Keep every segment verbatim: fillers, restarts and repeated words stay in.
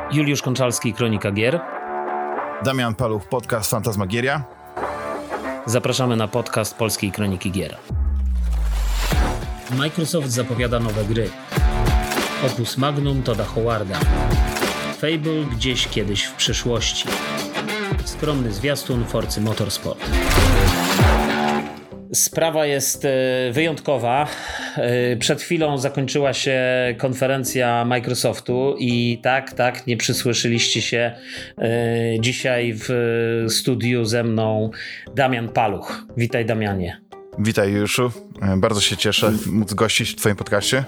Juliusz Konczalski, Kronika Gier. Damian Paluch, podcast Fantasmagieria. Zapraszamy na podcast Polskiej Kroniki Gier. Microsoft zapowiada nowe gry. Opus Magnum Todda Howarda. Fable gdzieś kiedyś w przyszłości. Skromny zwiastun Forcy Motorsport. Sprawa jest wyjątkowa. Przed chwilą zakończyła się konferencja Microsoftu i tak, tak, nie przysłyszeliście się. Dzisiaj w studiu ze mną Damian Paluch. Witaj, Damianie. Witaj, Juliuszu. Bardzo się cieszę móc gościć w twoim podcaście.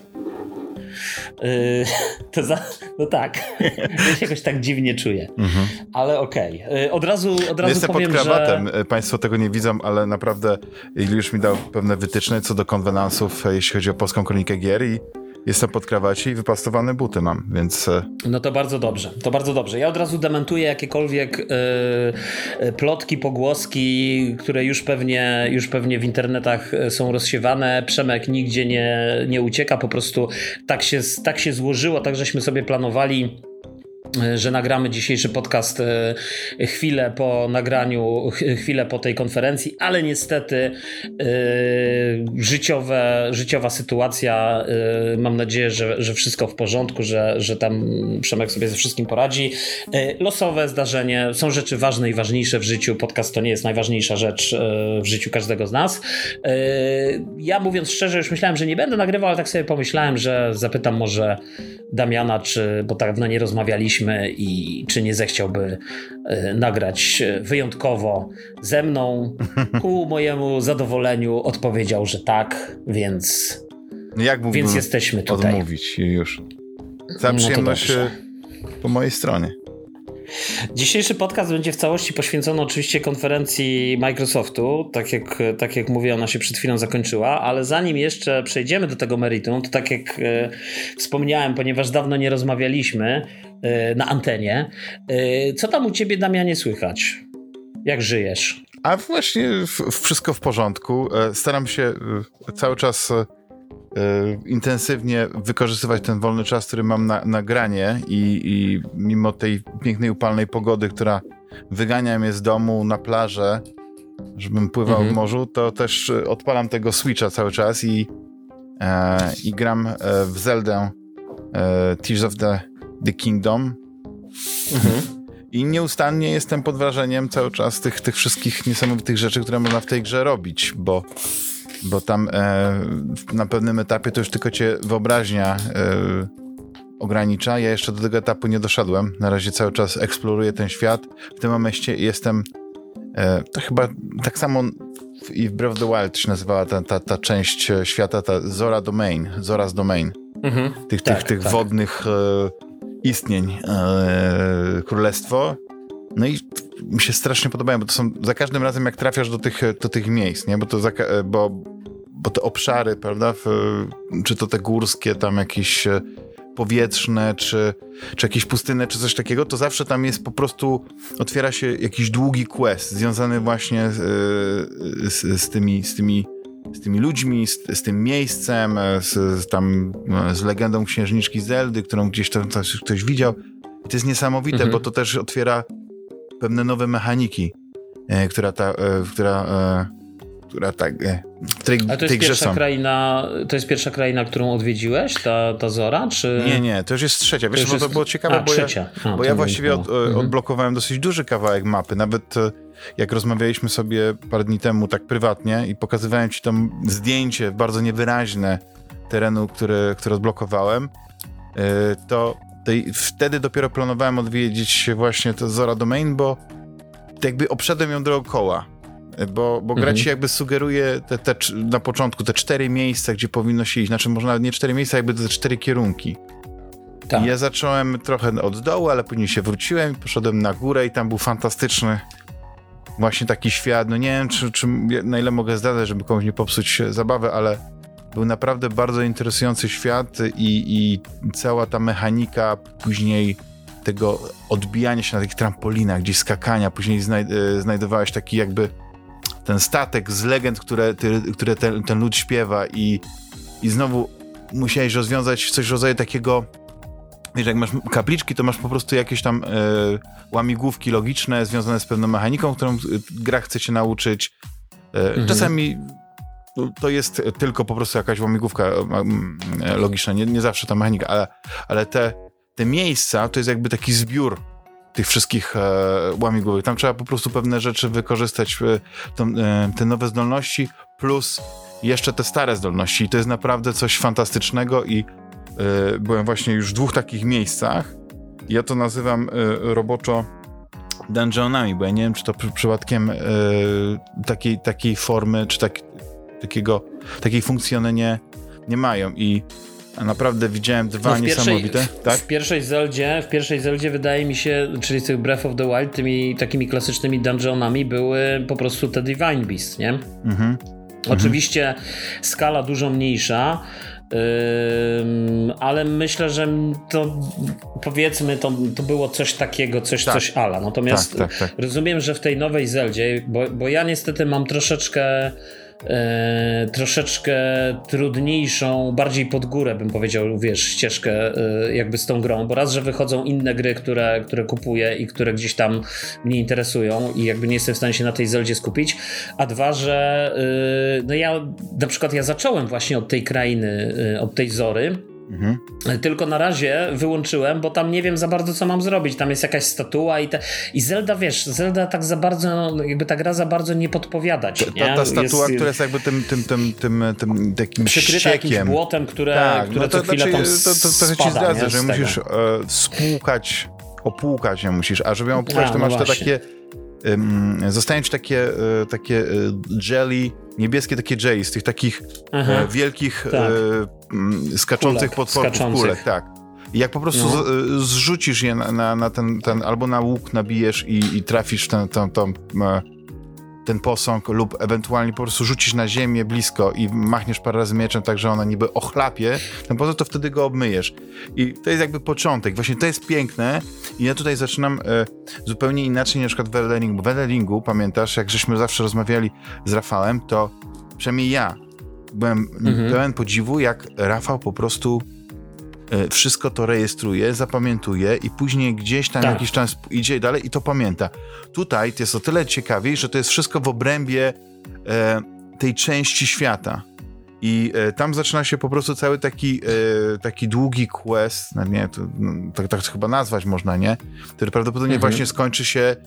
Yy, to za, no tak, ja się jakoś tak dziwnie czuję, mhm. ale okej. Okay. Yy, od razu, od razu Jestem powiem, pod krawatem, że... Państwo tego nie widzą, ale naprawdę już mi dał pewne wytyczne co do konwenansów, jeśli chodzi o Polską Kronikę Gier i jestem pod krawacie i wypastowane buty mam, więc... No to bardzo dobrze, to bardzo dobrze. Ja od razu dementuję jakiekolwiek yy, plotki, pogłoski, które już pewnie, już pewnie w internetach są rozsiewane. Przemek nigdzie nie, nie ucieka, po prostu tak się, tak się złożyło, tak żeśmy sobie planowali, że nagramy dzisiejszy podcast chwilę po nagraniu, chwilę po tej konferencji, ale niestety yy, życiowe, życiowa sytuacja, yy, mam nadzieję, że, że wszystko w porządku, że, że tam Przemek sobie ze wszystkim poradzi. Yy, losowe zdarzenie, są rzeczy ważne i ważniejsze w życiu, podcast to nie jest najważniejsza rzecz yy, w życiu każdego z nas. Yy, ja mówiąc szczerze, już myślałem, że nie będę nagrywał, ale tak sobie pomyślałem, że zapytam może Damiana, czy, bo tak dawno nie rozmawialiśmy, i czy nie zechciałby y, nagrać wyjątkowo ze mną. Ku mojemu zadowoleniu odpowiedział, że tak, więc, Jak więc jesteśmy tutaj. Odmówić już. Cała przyjemność no po mojej stronie. Dzisiejszy podcast będzie w całości poświęcony oczywiście konferencji Microsoftu, tak jak, tak jak mówię, ona się przed chwilą zakończyła, ale zanim jeszcze przejdziemy do tego meritum, to tak jak e, wspomniałem, ponieważ dawno nie rozmawialiśmy e, na antenie, e, co tam u ciebie, Damianie, słychać? Jak żyjesz? A właśnie w, wszystko w porządku. Staram się cały czas intensywnie wykorzystywać ten wolny czas, który mam na, na granie i, i mimo tej pięknej, upalnej pogody, która wygania mnie z domu na plażę, żebym pływał mhm. w morzu, to też odpalam tego Switcha cały czas i, e, i gram w Zeldę e, Tears of the, the Kingdom. Mhm. I nieustannie jestem pod wrażeniem cały czas tych, tych wszystkich niesamowitych rzeczy, które można w tej grze robić, bo bo tam e, na pewnym etapie to już tylko cię wyobraźnia e, ogranicza. Ja jeszcze do tego etapu nie doszedłem. Na razie cały czas eksploruję ten świat. W tym momencie jestem e, to chyba tak samo w, i w Breath of the Wild się nazywała ta, ta, ta część świata, ta Zora Domain, Zora's Domain. Mhm. Tych, tak, tych, tych tak. wodnych e, istnień e, królestwo. No i mi się strasznie podobają, bo to są za każdym razem, jak trafiasz do tych, do tych miejsc, nie? Bo, to za, bo, bo te obszary, prawda, w, czy to te górskie, tam jakieś powietrzne, czy, czy jakieś pustyny, czy coś takiego, to zawsze tam jest po prostu, otwiera się jakiś długi quest związany właśnie z, z, z, tymi, z, tymi, z tymi ludźmi, z, z tym miejscem, z, z, tam, z legendą księżniczki Zeldy, którą gdzieś tam ktoś widział. I to jest niesamowite, mhm. bo to też otwiera pewne nowe mechaniki, e, która ta, e, która, e, która tak, e, w tej, Ale to jest tej grze pierwsza są. kraina, to jest pierwsza kraina, którą odwiedziłeś, ta, ta Zora, czy... Nie, nie, to już jest trzecia. Wiesz, to, bo to było ciekawe, A, bo, trzecia. ja, A, bo ja właściwie od, mhm. odblokowałem dosyć duży kawałek mapy. Nawet jak rozmawialiśmy sobie parę dni temu tak prywatnie i pokazywałem ci tam zdjęcie bardzo niewyraźne terenu, który, który odblokowałem, e, to I wtedy dopiero planowałem odwiedzić właśnie to Zora Domain, bo jakby obszedłem ją dookoła, bo, bo gra mhm. ci jakby sugeruje te, te, na początku te cztery miejsca, gdzie powinno się iść, znaczy może nawet nie cztery miejsca, jakby te cztery kierunki. Tak. I ja zacząłem trochę od dołu, ale później się wróciłem i poszedłem na górę i tam był fantastyczny właśnie taki świat, no nie wiem, czy, czy na ile mogę zdradzać, żeby komuś nie popsuć zabawę, ale był naprawdę bardzo interesujący świat i, i cała ta mechanika później tego odbijania się na tych trampolinach, gdzieś skakania, później znajd- znajdowałeś taki jakby ten statek z legend, które, ty, które ten, ten lud śpiewa i, i znowu musiałeś rozwiązać coś w rodzaju takiego wiesz, jak masz kapliczki, to masz po prostu jakieś tam e, łamigłówki logiczne związane z pewną mechaniką, którą gra chce cię nauczyć. E, mhm. Czasami to jest tylko po prostu jakaś łamigłówka e, logiczna, nie, nie zawsze ta mechanika, ale, ale te, te miejsca to jest jakby taki zbiór tych wszystkich e, łamigłówek. Tam trzeba po prostu pewne rzeczy wykorzystać, e, tą, e, te nowe zdolności, plus jeszcze te stare zdolności. I to jest naprawdę coś fantastycznego i e, byłem właśnie już w dwóch takich miejscach. Ja to nazywam e, roboczo dungeonami, bo ja nie wiem, czy to przy, przypadkiem e, takiej, takiej formy, czy tak, takiego, takiej funkcji one nie, nie mają. I naprawdę widziałem dwa no niesamowite. W, tak? w pierwszej Zeldzie, w pierwszej Zeldzie wydaje mi się, czyli z tych Breath of the Wild, tymi takimi klasycznymi dungeonami były po prostu te Divine Beast, nie? Mhm. Oczywiście skala dużo mniejsza, Ym, ale myślę, że to powiedzmy, to, to było coś takiego, coś, tak. coś ala. Natomiast tak, tak, tak. rozumiem, że w tej nowej Zeldzie, bo, bo ja niestety mam troszeczkę E, troszeczkę trudniejszą, bardziej pod górę bym powiedział, wiesz, ścieżkę e, jakby z tą grą, bo raz, że wychodzą inne gry, które, które kupuję i które gdzieś tam mnie interesują i jakby nie jestem w stanie się na tej Zeldzie skupić, a dwa, że e, no ja na przykład ja zacząłem właśnie od tej krainy, e, od tej Zory. Mhm. Tylko na razie wyłączyłem, bo tam nie wiem za bardzo, co mam zrobić. Tam jest jakaś statua i, te... i Zelda, wiesz, Zelda tak za bardzo, jakby ta gra za bardzo nie podpowiada ci, nie? Ta, ta statua, jest, która jest jakby tym, tym, tym, tym, tym takim przykryta ściekiem. jakimś błotem, które, tak, które no to, co chwilę znaczy, tam to, to, to, to spada, ci zdradzę, nie? że musisz e, spłukać, opłukać ją musisz, a żeby ją opłukać, to no masz właśnie. te takie um, zostają ci takie, e, takie e, jelly, niebieskie takie jelly z tych takich e, wielkich tak. e, skaczących kulek, potworów skaczących. kulek, tak. I jak po prostu no. z, zrzucisz je na, na, na ten, ten, albo na łuk nabijesz i, i trafisz ten, ten, ten, ten posąg, lub ewentualnie po prostu rzucisz na ziemię blisko i machniesz parę razy mieczem, tak że ona niby ochlapie, ten posąg, to wtedy go obmyjesz. I to jest jakby początek. Właśnie to jest piękne i ja tutaj zaczynam e, zupełnie inaczej niż na przykład w Elderingu. W Elderingu, pamiętasz, jak żeśmy zawsze rozmawiali z Rafałem, to przynajmniej ja byłem mhm. pełen podziwu, jak Rafał po prostu wszystko to rejestruje, zapamiętuje i później gdzieś tam tak. jakiś czas idzie dalej i to pamięta. Tutaj to jest o tyle ciekawiej, że to jest wszystko w obrębie e, tej części świata. I e, tam zaczyna się po prostu cały taki, e, taki długi quest, no nie, to, no, tak, tak chyba nazwać można, nie? Który prawdopodobnie mhm. właśnie skończy się e,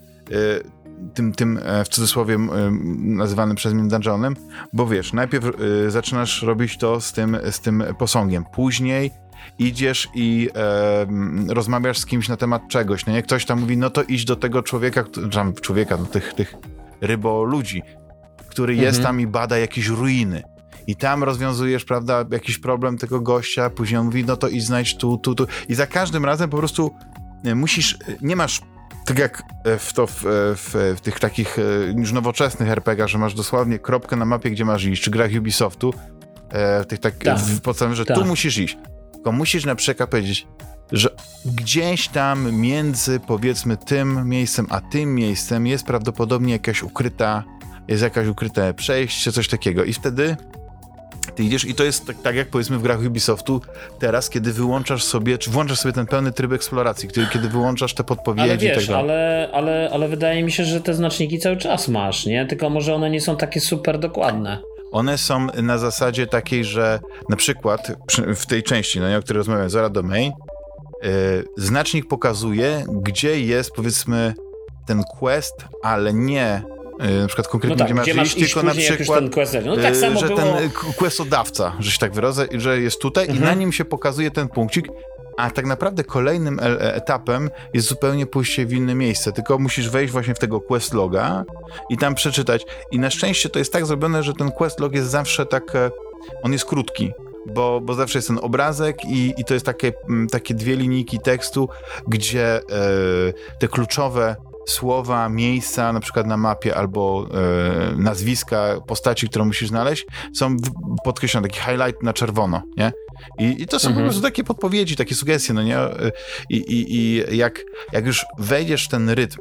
tym, tym e, w cudzysłowie e, nazywanym przez mnie dungeonem, bo wiesz, najpierw e, zaczynasz robić to z tym, z tym posągiem, później idziesz i e, rozmawiasz z kimś na temat czegoś, no jak ktoś tam mówi, no to idź do tego człowieka, tam człowieka, do tych, tych ryboludzi, który mhm. jest tam i bada jakieś ruiny. I tam rozwiązujesz, prawda, jakiś problem tego gościa, później on mówi, no to idź znajdź tu, tu, tu. I za każdym razem po prostu musisz, nie masz, tak jak w, to, w, w, w tych takich już nowoczesnych er pe gach, że masz dosłownie kropkę na mapie, gdzie masz iść, czy grach Ubisoftu, e, tych tak, tak. podstawowych, że tak. tu musisz iść. Tylko musisz na przykład powiedzieć, że gdzieś tam między, powiedzmy, tym miejscem a tym miejscem jest prawdopodobnie jakaś ukryta, jest jakaś ukryte przejście, coś takiego. I wtedy ty idziesz i to jest tak, tak jak powiedzmy w grach Ubisoftu teraz, kiedy wyłączasz sobie, czy włączasz sobie ten pełny tryb eksploracji, kiedy, kiedy wyłączasz te podpowiedzi. Ale wiesz, i tak dalej. ale, ale, ale wydaje mi się, że te znaczniki cały czas masz, nie? Tylko może one nie są takie super dokładne. One są na zasadzie takiej, że na przykład w tej części, no, o której rozmawiam, Zora Domain, yy, znacznik pokazuje, gdzie jest, powiedzmy, ten quest, ale nie yy, na przykład konkretnie, no tak, gdzie masz iść, tylko na przykład, ten quest, no tak samo że było... ten questodawca, że się tak wyrażę, że jest tutaj mhm. i na nim się pokazuje ten punkcik, a tak naprawdę kolejnym etapem jest zupełnie pójście w inne miejsce, tylko musisz wejść właśnie w tego quest loga i tam przeczytać. I na szczęście to jest tak zrobione, że ten quest log jest zawsze tak, on jest krótki, bo, bo zawsze jest ten obrazek i, i to jest takie, takie dwie linijki tekstu, gdzie e, te kluczowe słowa, miejsca, na przykład na mapie, albo e, nazwiska postaci, którą musisz znaleźć, są podkreślone, taki highlight na czerwono, nie? I, i to są mhm. po prostu takie podpowiedzi, takie sugestie, no nie? I, i, i jak, jak już wejdziesz w ten rytm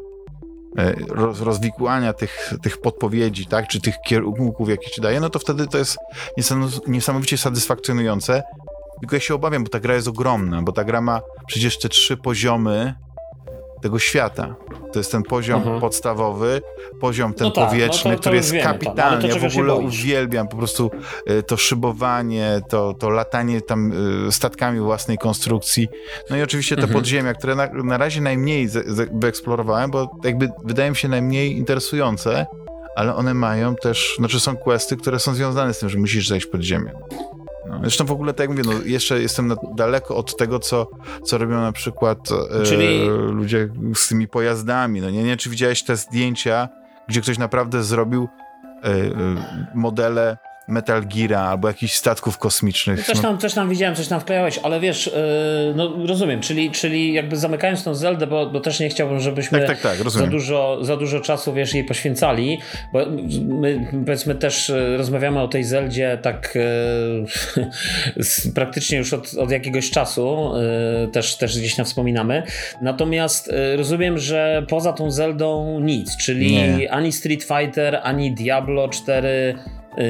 roz, rozwikłania tych, tych podpowiedzi, tak? Czy tych kierunków, jakie ci daje, no to wtedy to jest niesamowicie satysfakcjonujące. tylko ja się obawiam, bo ta gra jest ogromna, bo ta gra ma przecież te trzy poziomy tego świata. To jest ten poziom mhm. podstawowy, poziom ten no tak, powietrzny, no to, to który jest kapitalny. Ja w ogóle uwielbiam po prostu y, to szybowanie, to, to latanie tam y, statkami własnej konstrukcji. No i oczywiście te mhm. podziemia, które na, na razie najmniej z, z, wyeksplorowałem, bo jakby wydają mi się najmniej interesujące, ale one mają też, znaczy są questy, które są związane z tym, że musisz zejść pod ziemię. No, zresztą w ogóle, tak jak mówię, no, jeszcze jestem na, daleko od tego, co, co robią na przykład e, Czyli... ludzie z tymi pojazdami. No, nie, nie, czy widziałeś te zdjęcia, gdzie ktoś naprawdę zrobił e, e, modele Metal Geara albo jakichś statków kosmicznych. No coś, tam, coś tam widziałem, coś tam wklejałeś, ale wiesz, yy, no rozumiem, czyli, czyli jakby zamykając tą Zeldę, bo, bo też nie chciałbym, żebyśmy tak, tak, tak, za, dużo, za dużo czasu, wiesz, jej poświęcali, bo my, powiedzmy, też rozmawiamy o tej Zeldzie tak yy, praktycznie już od, od jakiegoś czasu, yy, też, też gdzieś tam wspominamy, natomiast yy, rozumiem, że poza tą Zeldą nic, czyli nie. ani Street Fighter, ani Diablo cztery Yy,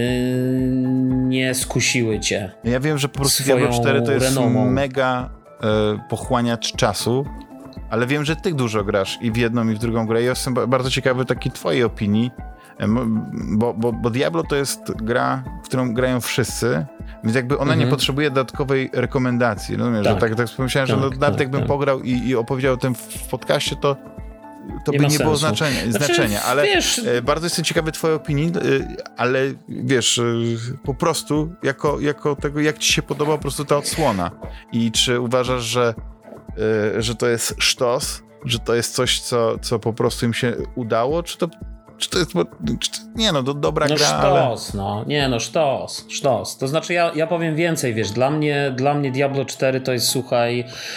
nie skusiły cię. Ja wiem, że po prostu Diablo cztery to jest renomą. mega y, pochłaniacz czasu, ale wiem, że ty dużo grasz i w jedną, i w drugą grę. Ja jestem bardzo ciekawy takiej twojej opinii, bo, bo, bo Diablo to jest gra, w którą grają wszyscy, więc jakby ona mhm. nie potrzebuje dodatkowej rekomendacji. Rozumiem, tak. że tak, tak pomyślałem, tak, że no, nawet tak, jakbym tak. pograł i, i opowiedział o tym w podcaście, to to nie by nie sensu. było znaczenia, znaczy, znaczenia. ale wiesz, bardzo jestem ciekawy twojej opinii, ale wiesz, po prostu jako, jako tego, jak ci się podoba po prostu ta odsłona i czy uważasz, że, że to jest sztos, że to jest coś, co, co po prostu im się udało, czy to Czy to jest, czy to, nie no, to dobra no gra, sztos, ale... no, nie no, sztos, sztos. To znaczy ja, ja powiem więcej, wiesz, dla mnie, dla mnie Diablo cztery to jest, słuchaj,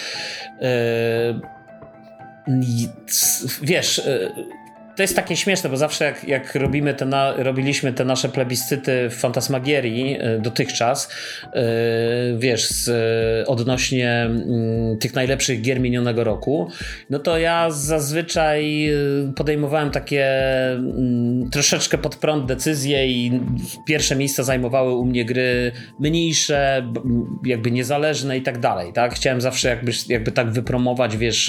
yy, wiesz, to jest takie śmieszne, bo zawsze jak, jak robimy te na, robiliśmy te nasze plebiscyty w Fantasmagierii dotychczas, wiesz, z, odnośnie tych najlepszych gier minionego roku, no to ja zazwyczaj podejmowałem takie troszeczkę pod prąd decyzje i pierwsze miejsca zajmowały u mnie gry mniejsze, jakby niezależne i tak dalej, tak? Chciałem zawsze jakby, jakby tak wypromować, wiesz,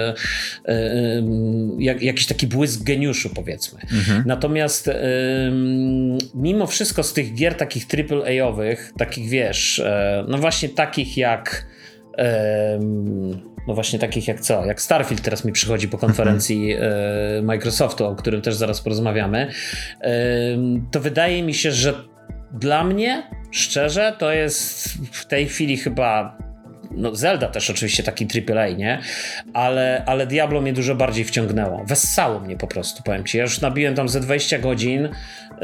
jak, jakiś taki błysk geniuszu, powiedzmy. Mhm. Natomiast ym, mimo wszystko z tych gier takich triple A-owych, takich wiesz, e, no właśnie takich jak ym, no właśnie takich jak co? Jak Starfield teraz mi przychodzi po konferencji mhm. e, Microsoftu, o którym też zaraz porozmawiamy, ym, to wydaje mi się, że dla mnie, szczerze, to jest w tej chwili chyba no Zelda też oczywiście taki triple A, nie? Ale, ale Diablo mnie dużo bardziej wciągnęło. Wessało mnie po prostu, powiem ci. Ja już nabiłem tam ze dwadzieścia godzin. Yy,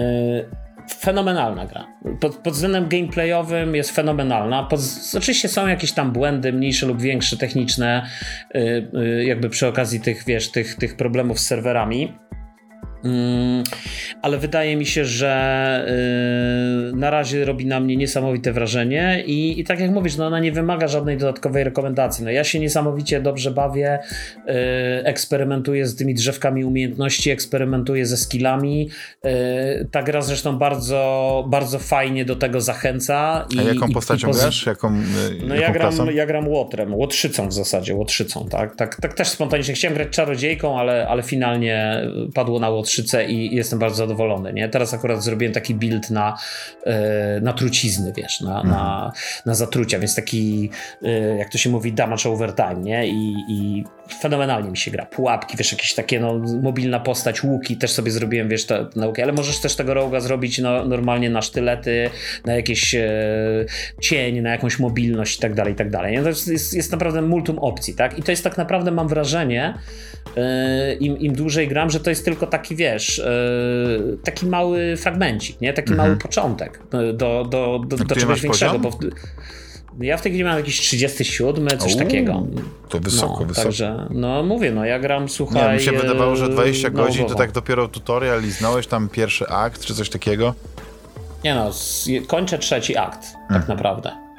fenomenalna gra. Pod, pod względem gameplayowym jest fenomenalna. Pod, oczywiście są jakieś tam błędy, mniejsze lub większe, techniczne, yy, yy, jakby przy okazji tych, wiesz, tych, tych problemów z serwerami. Mm, ale wydaje mi się, że yy, na razie robi na mnie niesamowite wrażenie i, i tak jak mówisz, no ona nie wymaga żadnej dodatkowej rekomendacji. No ja się niesamowicie dobrze bawię, yy, eksperymentuję z tymi drzewkami umiejętności, eksperymentuję ze skillami. Yy, ta gra zresztą bardzo, bardzo fajnie do tego zachęca. I, A jaką i, postacią i poz... grasz? Jaką, no jaką ja gram, klasą? ja gram łotrem, łotrzycą w zasadzie, łotrzycą, tak? Tak, tak też spontanicznie chciałem grać czarodziejką, ale, ale finalnie padło na łotrzycę i jestem bardzo zadowolony, nie? Teraz akurat zrobiłem taki build na, na trucizny, wiesz, na, mhm. na, na zatrucia, więc taki, jak to się mówi, damage over time, nie? I, i fenomenalnie mi się gra. Pułapki, wiesz, jakieś takie, no, mobilna postać, łuki, też sobie zrobiłem, wiesz, te nauki, ale możesz też tego roga zrobić no, normalnie na sztylety, na jakieś e, cień, na jakąś mobilność i tak dalej, i tak dalej. Nie? To jest, jest, jest naprawdę multum opcji, tak? I to jest tak naprawdę, mam wrażenie, e, im, im dłużej gram, że to jest tylko taki, wiesz, e, taki mały fragmencik, nie? Taki mhm. mały początek do, do, do, do, do czegoś większego, bo w, ja w tej chwili mam jakiś trzydziesty siódmy, coś Uuu, takiego. To wysoko, no, wysoko. Także, no mówię, no ja gram, słuchaj... Nie, mi się wydawało, że dwadzieścia no, godzin to tak dopiero tutorial i znałeś tam pierwszy akt, czy coś takiego? Nie no, kończę trzeci akt, hmm. tak naprawdę.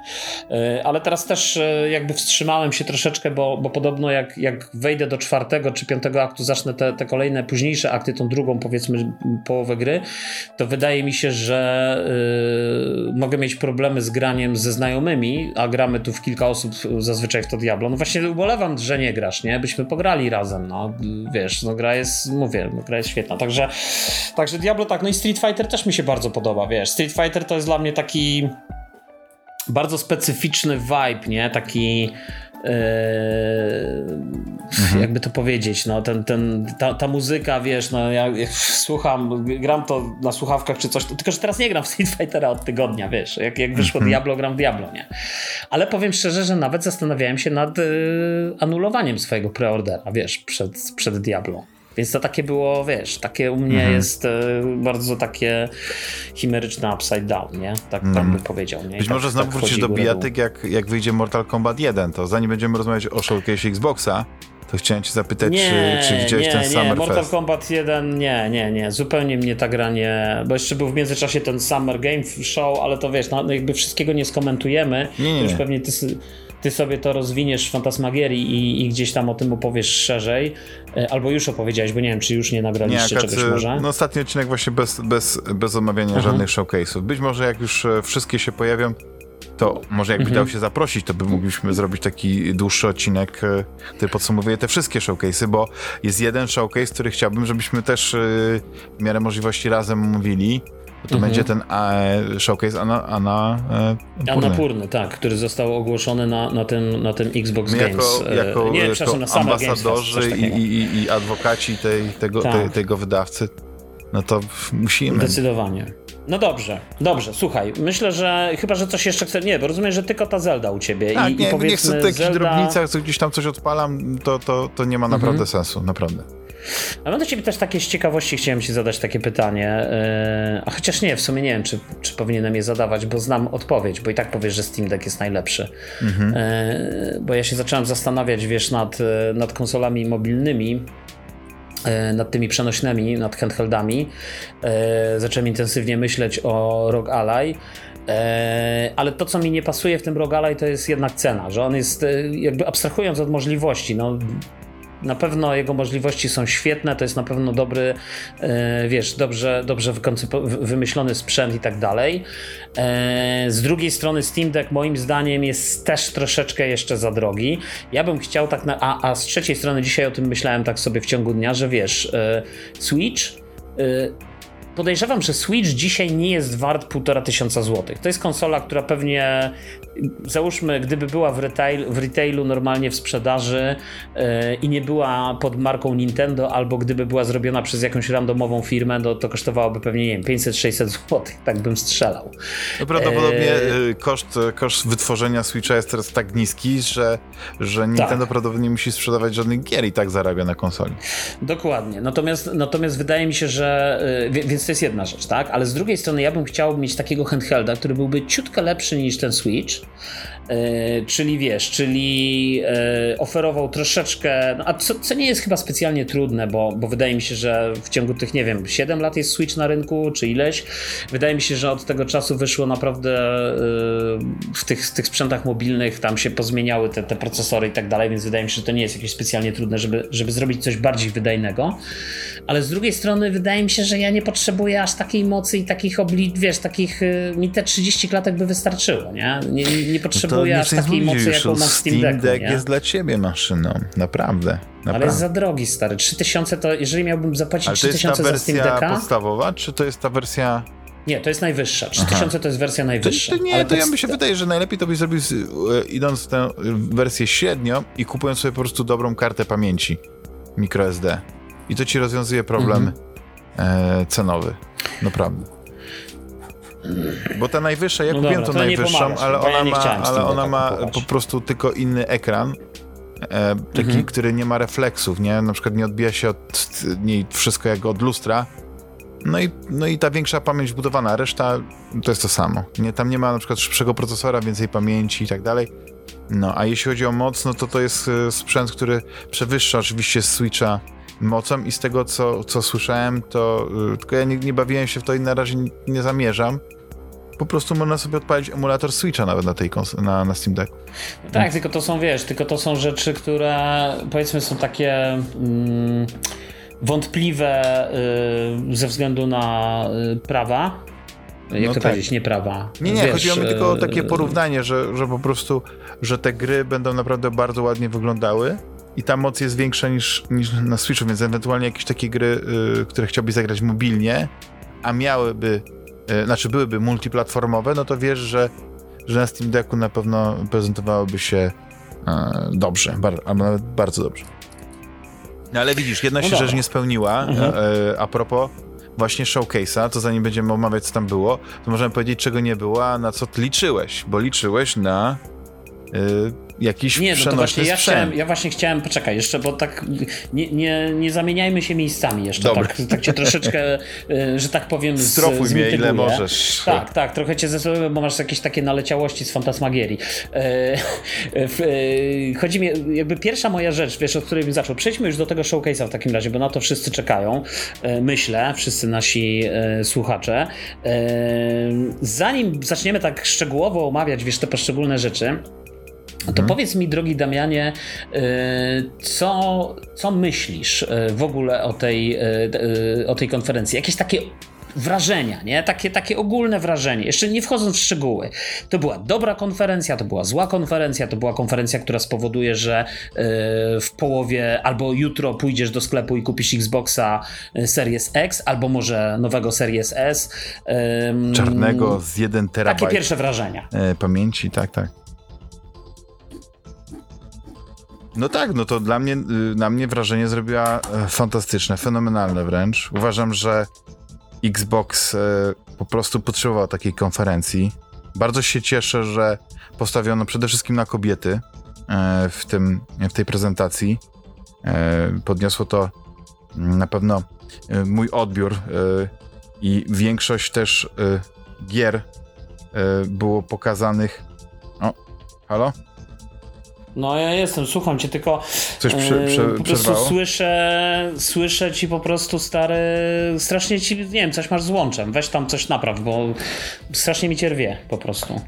Ale teraz też jakby wstrzymałem się troszeczkę, bo, bo podobno jak, jak wejdę do czwartego czy piątego aktu, zacznę te, te kolejne późniejsze akty, tą drugą powiedzmy połowę gry, to wydaje mi się, że yy, mogę mieć problemy z graniem ze znajomymi, a gramy tu w kilka osób zazwyczaj w to Diablo. No właśnie ubolewam, że nie grasz, nie? Byśmy pograli razem, no wiesz, no gra jest, mówię, gra jest świetna, także, także Diablo tak, no i Street Fighter też mi się bardzo podoba, wiesz, Street Fighter to jest dla mnie taki bardzo specyficzny vibe, nie? Taki yy, mhm. jakby to powiedzieć, no ten, ten, ta, ta muzyka, wiesz, no ja, ja słucham, gram to na słuchawkach czy coś, to, tylko że teraz nie gram w Street Fightera od tygodnia, wiesz, jak, jak wyszło mhm. Diablo, gram w Diablo, nie? Ale powiem szczerze, że nawet zastanawiałem się nad yy, anulowaniem swojego preordera, wiesz, przed, przed Diablo. Więc to takie było, wiesz, takie u mnie mhm. jest e, bardzo takie chimeryczne upside down, nie? Tak, mm. tak bym powiedział. Nie? Być tak, może znowu tak wrócisz do bijatyk, jak, jak wyjdzie Mortal Kombat jeden, to zanim będziemy rozmawiać o showcase Xboxa, to chciałem cię zapytać, nie, czy, czy widziałeś nie, ten nie, Summer Mortal Fest? Kombat jeden, nie, nie, nie, zupełnie mnie ta gra nie, bo jeszcze był w międzyczasie ten Summer Game Show, ale to wiesz, no jakby wszystkiego nie skomentujemy, nie, nie, już nie. pewnie ty... ty sobie to rozwiniesz w Fantasmagierii i, i gdzieś tam o tym opowiesz szerzej, albo już opowiedziałeś, bo nie wiem, czy już nie nagraliście nie, czegoś może. No ostatni odcinek właśnie bez, bez, bez omawiania uh-huh. żadnych showcase'ów. Być może jak już wszystkie się pojawią, to może jakby uh-huh. dał się zaprosić, to by mogliśmy zrobić taki dłuższy odcinek, który podsumowuje te wszystkie showcase'y, bo jest jeden showcase, który chciałbym, żebyśmy też w miarę możliwości razem mówili. To mhm. będzie ten e, showcase Ana, Ana, e, Annapurny, tak, który został ogłoszony na, na, tym, na tym Xbox My Games. Jako, jako, nie, jako na ambasadorzy Games Fest, i, i, i adwokaci tej, tego, tak. tej, tego wydawcy, no to musimy. Zdecydowanie. No dobrze, dobrze, słuchaj, myślę, że chyba, że coś jeszcze chcę, nie, bo rozumiem, że tylko ta Zelda u ciebie. Tak, i, nie, i powiedzmy, nie chcę w takich Zelda... drobnicach, co gdzieś tam coś odpalam, to, to, to nie ma naprawdę mhm. sensu, naprawdę. A mam do ciebie też takie z ciekawości chciałem ci zadać takie pytanie, yy, a chociaż nie, w sumie nie wiem, czy, czy powinienem je zadawać, bo znam odpowiedź, bo i tak powiesz, że Steam Deck jest najlepszy. Mhm. Yy, bo ja się zacząłem zastanawiać, wiesz, nad, nad konsolami mobilnymi, yy, nad tymi przenośnymi, nad handheldami. Yy, zacząłem intensywnie myśleć o R O G Ally. Ale to, co mi nie pasuje w tym R O G Ally, to jest jednak cena, że on jest, jakby abstrahując od możliwości, no na pewno jego możliwości są świetne, to jest na pewno dobry, e, wiesz, dobrze, dobrze wymyślony sprzęt i tak dalej. E, z drugiej strony Steam Deck moim zdaniem jest też troszeczkę jeszcze za drogi. Ja bym chciał tak, na, a, a z trzeciej strony dzisiaj o tym myślałem tak sobie w ciągu dnia, że wiesz, e, Switch... E, Podejrzewam, że Switch dzisiaj nie jest wart półtora tysiąca złotych. To jest konsola, która pewnie, załóżmy, gdyby była w, retail, w retailu normalnie w sprzedaży yy, i nie była pod marką Nintendo, albo gdyby była zrobiona przez jakąś randomową firmę, to, to kosztowałoby pewnie, nie wiem, pięćset sześćset złotych, tak bym strzelał. No prawdopodobnie yy, koszt, koszt wytworzenia Switcha jest teraz tak niski, że, że Nintendo tak. prawdopodobnie nie musi sprzedawać żadnych gier i tak zarabia na konsoli. Dokładnie. Natomiast, natomiast wydaje mi się, że yy, więc to jest jedna rzecz, tak? Ale z drugiej strony ja bym chciał mieć takiego handhelda, który byłby ciutkę lepszy niż ten Switch, yy, czyli wiesz, czyli yy, oferował troszeczkę, no, a co, co nie jest chyba specjalnie trudne, bo, bo wydaje mi się, że w ciągu tych, nie wiem, siedem lat jest Switch na rynku, czy ileś. Wydaje mi się, że od tego czasu wyszło naprawdę yy, w tych, w tych sprzętach mobilnych, tam się pozmieniały te, te procesory i tak dalej, więc wydaje mi się, że to nie jest jakieś specjalnie trudne, żeby, żeby zrobić coś bardziej wydajnego. Ale z drugiej strony wydaje mi się, że ja nie potrzebuję aż takiej mocy i takich oblicz, wiesz, takich, y, mi te trzydzieści klatek by wystarczyło, nie? Nie, nie potrzebuję no aż takiej mocy, jaką mam w Steam Decku, Steam Deck nie? jest dla ciebie maszyną, naprawdę, naprawdę. Ale jest za drogi, stary. trzy tysiące to, jeżeli miałbym zapłacić trzy tysiące za Steam Decka... Ale to jest ta wersja podstawowa, czy to jest ta wersja... Nie, to jest najwyższa. trzy tysiące to jest wersja najwyższa. To, to nie, ale to ja mi się wydaje, że najlepiej to byś zrobił z, idąc w tę wersję średnią i kupując sobie po prostu dobrą kartę pamięci microSD. I to ci rozwiązuje problem mm-hmm. e, cenowy. Naprawdę. Bo ta najwyższa, ja no kupiłem tą najwyższą, ale ona ja ma, ale ona ma po prostu tylko inny ekran, e, taki, mm-hmm. który nie ma refleksów, nie? Na przykład nie odbija się od niej wszystko jak od lustra. No i, no i ta większa pamięć budowana, reszta to jest to samo. Nie, tam nie ma na przykład szybszego procesora, więcej pamięci i tak dalej. No, a jeśli chodzi o moc, no to to jest sprzęt, który przewyższa oczywiście Switcha mocą i z tego, co, co słyszałem, to tylko ja nie, nie bawiłem się w to i na razie nie, nie zamierzam, po prostu można sobie odpalić emulator Switcha nawet na tej kons- na, na Steam Decku. No tak, tylko to są, wiesz, tylko to są rzeczy, które powiedzmy są takie mm, wątpliwe y, ze względu na y, prawa. Jak no to tak. powiedzieć, nie prawa. Nie, nie, wiesz, chodziło mi tylko o y, takie porównanie, że, że po prostu, że te gry będą naprawdę bardzo ładnie wyglądały i ta moc jest większa niż, niż na Switchu, więc ewentualnie jakieś takie gry, y, które chciałbyś zagrać mobilnie, a miałyby, y, znaczy byłyby multiplatformowe, no to wiesz, że, że na Steam Decku na pewno prezentowałyby się y, dobrze, bar, albo nawet bardzo dobrze. No ale widzisz, jedna no się dobra. rzecz nie spełniła, mhm. y, a propos właśnie showcase'a, to zanim będziemy omawiać, co tam było, to możemy powiedzieć, czego nie było, a na co ty liczyłeś, bo liczyłeś na y, jakiś nie, no przenośny to właśnie ja, sprzęt. chciałem, ja właśnie chciałem, poczekaj jeszcze, bo tak nie, nie, nie zamieniajmy się miejscami jeszcze, tak, tak cię troszeczkę, y, że tak powiem, z, Strofuj mnie ile możesz. Tak, tak, trochę cię zestrofuję, bo masz jakieś takie naleciałości z fantasmagierii. Y, y, chodzi mi, jakby pierwsza moja rzecz, wiesz, od której bym zaczął. Przejdźmy już do tego showcase'a w takim razie, bo na to wszyscy czekają, y, myślę, wszyscy nasi y, słuchacze. Y, zanim zaczniemy tak szczegółowo omawiać, wiesz, te poszczególne rzeczy, to hmm. powiedz mi, drogi Damianie, co, co myślisz w ogóle o tej, o tej konferencji? Jakieś takie wrażenia, nie? Takie, takie ogólne wrażenie, jeszcze nie wchodząc w szczegóły. To była dobra konferencja, to była zła konferencja, to była konferencja, która spowoduje, że w połowie albo jutro pójdziesz do sklepu i kupisz Xboxa Series X, albo może nowego Series S. Czarnego z jeden terabajt. Takie pierwsze wrażenia. Pamięci, tak, tak. No tak, no to dla mnie, na mnie wrażenie zrobiła fantastyczne, fenomenalne wręcz. Uważam, że Xbox po prostu potrzebował takiej konferencji. Bardzo się cieszę, że postawiono przede wszystkim na kobiety w, tym, w tej prezentacji. Podniosło to na pewno mój odbiór i większość też gier było pokazanych... O, halo? No ja jestem, słucham cię, tylko Coś prze, prze, yy, po prostu przerwało? słyszę, słyszę ci po prostu, stary, strasznie ci, nie wiem, coś masz z łączem, weź tam coś napraw, bo strasznie mi cię rwie po prostu.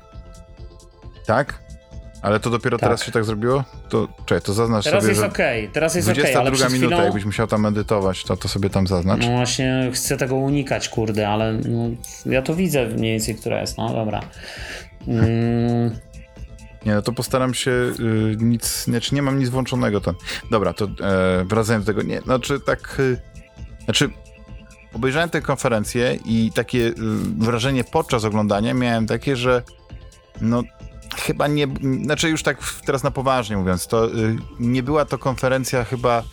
Tak? Ale to dopiero tak. Teraz się tak zrobiło? To czekaj, to zaznacz teraz sobie, jest że okej, teraz jest okej, ale dwudziesta druga minuta, chwilą... jakbyś musiał tam medytować, to, to sobie tam zaznacz. No właśnie, chcę tego unikać, kurde, ale no, ja to widzę mniej więcej, która jest, no dobra. Mm. Nie, no to postaram się y, nic, znaczy nie mam nic włączonego tam. Dobra, to e, wracając do tego, nie, znaczy tak, y, znaczy obejrzałem tę konferencję i takie y, wrażenie podczas oglądania miałem takie, że no chyba nie, znaczy już tak teraz na poważnie mówiąc, to y, nie była to konferencja chyba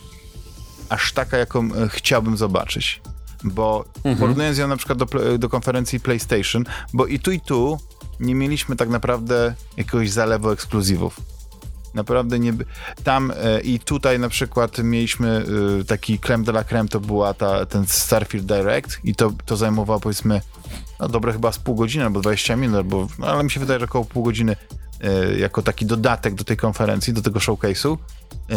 aż taka, jaką y, chciałbym zobaczyć, bo mhm. porównując ją na przykład do, do konferencji PlayStation, bo i tu i tu nie mieliśmy tak naprawdę jakiegoś zalewu ekskluzywów. Naprawdę nie... Tam e, i tutaj na przykład mieliśmy e, taki creme de la creme, to była ta, ten Starfield Direct i to, to zajmowało powiedzmy no dobre chyba z pół godziny albo dwadzieścia minut, albo, no, ale mi się wydaje, że około pół godziny e, jako taki dodatek do tej konferencji, do tego showcase'u. E,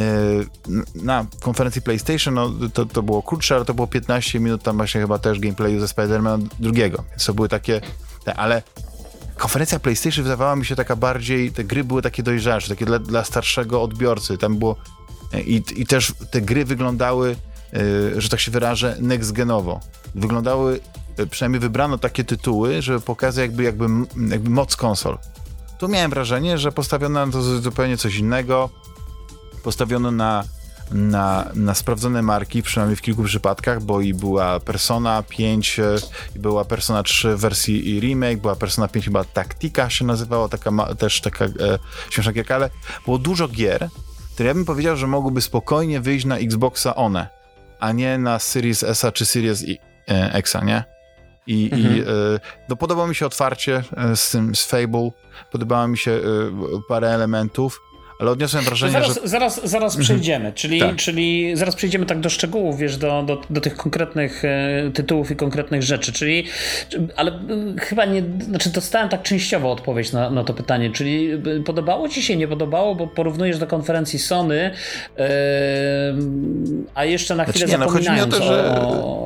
na konferencji PlayStation no, to, to było krótsze, ale to było piętnaście minut, tam właśnie chyba też gameplayu ze Spider-Man drugiego, więc to były takie... Te, ale konferencja PlayStation wydawała mi się taka bardziej, te gry były takie dojrzalsze, takie dla, dla starszego odbiorcy. Tam było i, i też te gry wyglądały, yy, że tak się wyrażę, next-genowo. Wyglądały, yy, przynajmniej wybrano takie tytuły, żeby pokazać jakby, jakby, jakby moc konsol. Tu miałem wrażenie, że postawiono na to zupełnie coś innego. Postawiono na Na, na sprawdzone marki, przynajmniej w kilku przypadkach, bo i była Persona pięć, i była Persona trzy w wersji i remake, była Persona pięć chyba Tactica się nazywała, taka ma, też taka e, śmieszna gierka, ale było dużo gier, które ja bym powiedział, że mogłyby spokojnie wyjść na Xboxa One, a nie na Series S czy Series I, e, X, nie? I, mhm. i e, no podobało mi się otwarcie e, z tym, z Fable, podobało mi się e, parę elementów, ale odniosłem wrażenie, zaraz, że... Zaraz, zaraz przejdziemy, czyli, tak. czyli zaraz przejdziemy tak do szczegółów, wiesz, do, do, do tych konkretnych e, tytułów i konkretnych rzeczy, czyli, ale e, chyba nie, znaczy dostałem tak częściowo odpowiedź na, na to pytanie, czyli podobało ci się, nie podobało, bo porównujesz do konferencji Sony, e, a jeszcze na chwilę znaczy, nie, zapominając no, chodzi mi o to, że... o...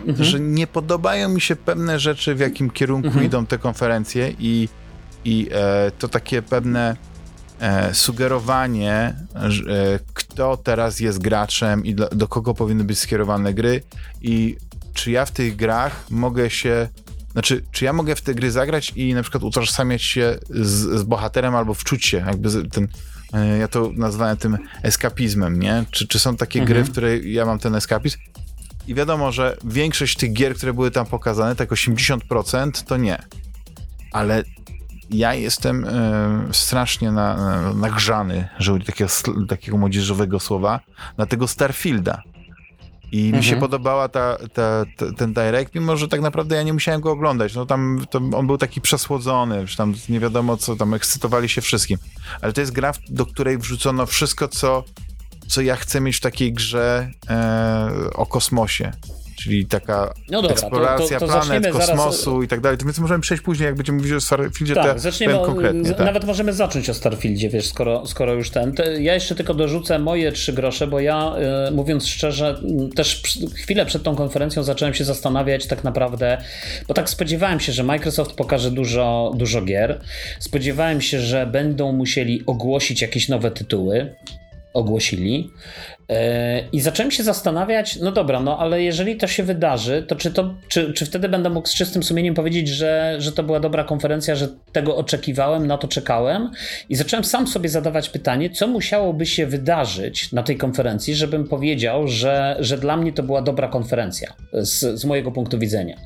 mhm. że nie podobają mi się pewne rzeczy, w jakim kierunku mhm. idą te konferencje i, i e, to takie pewne e, sugerowanie, że, e, kto teraz jest graczem i do, do kogo powinny być skierowane gry i czy ja w tych grach mogę się Znaczy, czy ja mogę w te gry zagrać i na przykład utożsamiać się z, z bohaterem albo wczuć się, jakby ten, ja to nazwałem tym eskapizmem, nie? Czy, czy są takie mhm. gry, w której ja mam ten eskapizm? I wiadomo, że większość tych gier, które były tam pokazane, tak osiemdziesiąt procent to nie. Ale ja jestem e, strasznie na, na, nagrzany, że użyję takiego, takiego młodzieżowego słowa, na tego Starfielda. I mhm. mi się podobała ta, ta, ta, ten direct, mimo że tak naprawdę ja nie musiałem go oglądać. No tam to on był taki przesłodzony, że tam nie wiadomo co, tam ekscytowali się wszystkim. Ale to jest gra, do której wrzucono wszystko, co, co ja chcę mieć w takiej grze e, o kosmosie. Czyli taka no dobra, eksploracja to, to, to planet, kosmosu zaraz... i tak dalej. Więc możemy przejść później, jak będziemy mówić o Starfieldzie, tak, to zaczniemy powiem konkretnie. Tak. Nawet możemy zacząć o Starfieldzie, wiesz, skoro, skoro już ten. Ja jeszcze tylko dorzucę moje trzy grosze, bo ja, y, mówiąc szczerze, też chwilę przed tą konferencją zacząłem się zastanawiać tak naprawdę, bo tak spodziewałem się, że Microsoft pokaże dużo, dużo gier. Spodziewałem się, że będą musieli ogłosić jakieś nowe tytuły. Ogłosili. I zacząłem się zastanawiać, no dobra, no ale jeżeli to się wydarzy, to czy, to, czy, czy wtedy będę mógł z czystym sumieniem powiedzieć, że, że to była dobra konferencja, że tego oczekiwałem, na to czekałem i zacząłem sam sobie zadawać pytanie, co musiałoby się wydarzyć na tej konferencji, żebym powiedział, że, że dla mnie to była dobra konferencja z, z mojego punktu widzenia.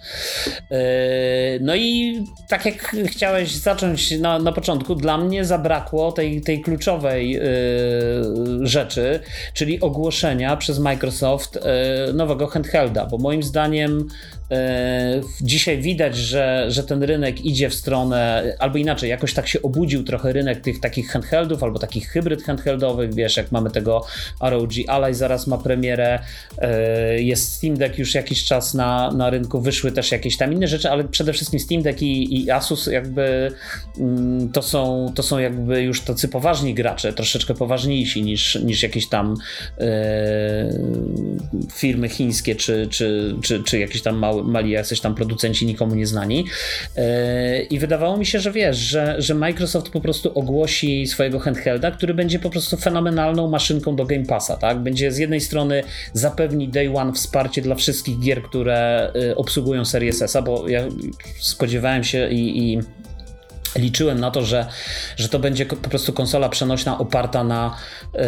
No i tak jak chciałeś zacząć na, na początku, dla mnie zabrakło tej, tej kluczowej rzeczy, czyli ogłoszenia przez Microsoft e, nowego handhelda, bo moim zdaniem e, dzisiaj widać, że, że ten rynek idzie w stronę, albo inaczej, jakoś tak się obudził trochę rynek tych takich handheldów, albo takich hybryd handheldowych, wiesz, jak mamy tego R O G Ally, zaraz ma premierę, e, jest Steam Deck już jakiś czas na, na rynku, wyszły też jakieś tam inne rzeczy, ale przede wszystkim Steam Deck i, i Asus jakby mm, to są, to są jakby już tacy poważni gracze, troszeczkę poważniejsi niż, niż jakieś tam firmy chińskie, czy, czy, czy, czy jakieś tam mali, mali jacyś tam producenci nikomu nieznani. I wydawało mi się, że wiesz, że, że Microsoft po prostu ogłosi swojego handhelda, który będzie po prostu fenomenalną maszynką do Game Passa, tak? Będzie z jednej strony zapewni Day One wsparcie dla wszystkich gier, które obsługują Series S, bo ja spodziewałem się i, i liczyłem na to, że, że to będzie po prostu konsola przenośna oparta na, yy,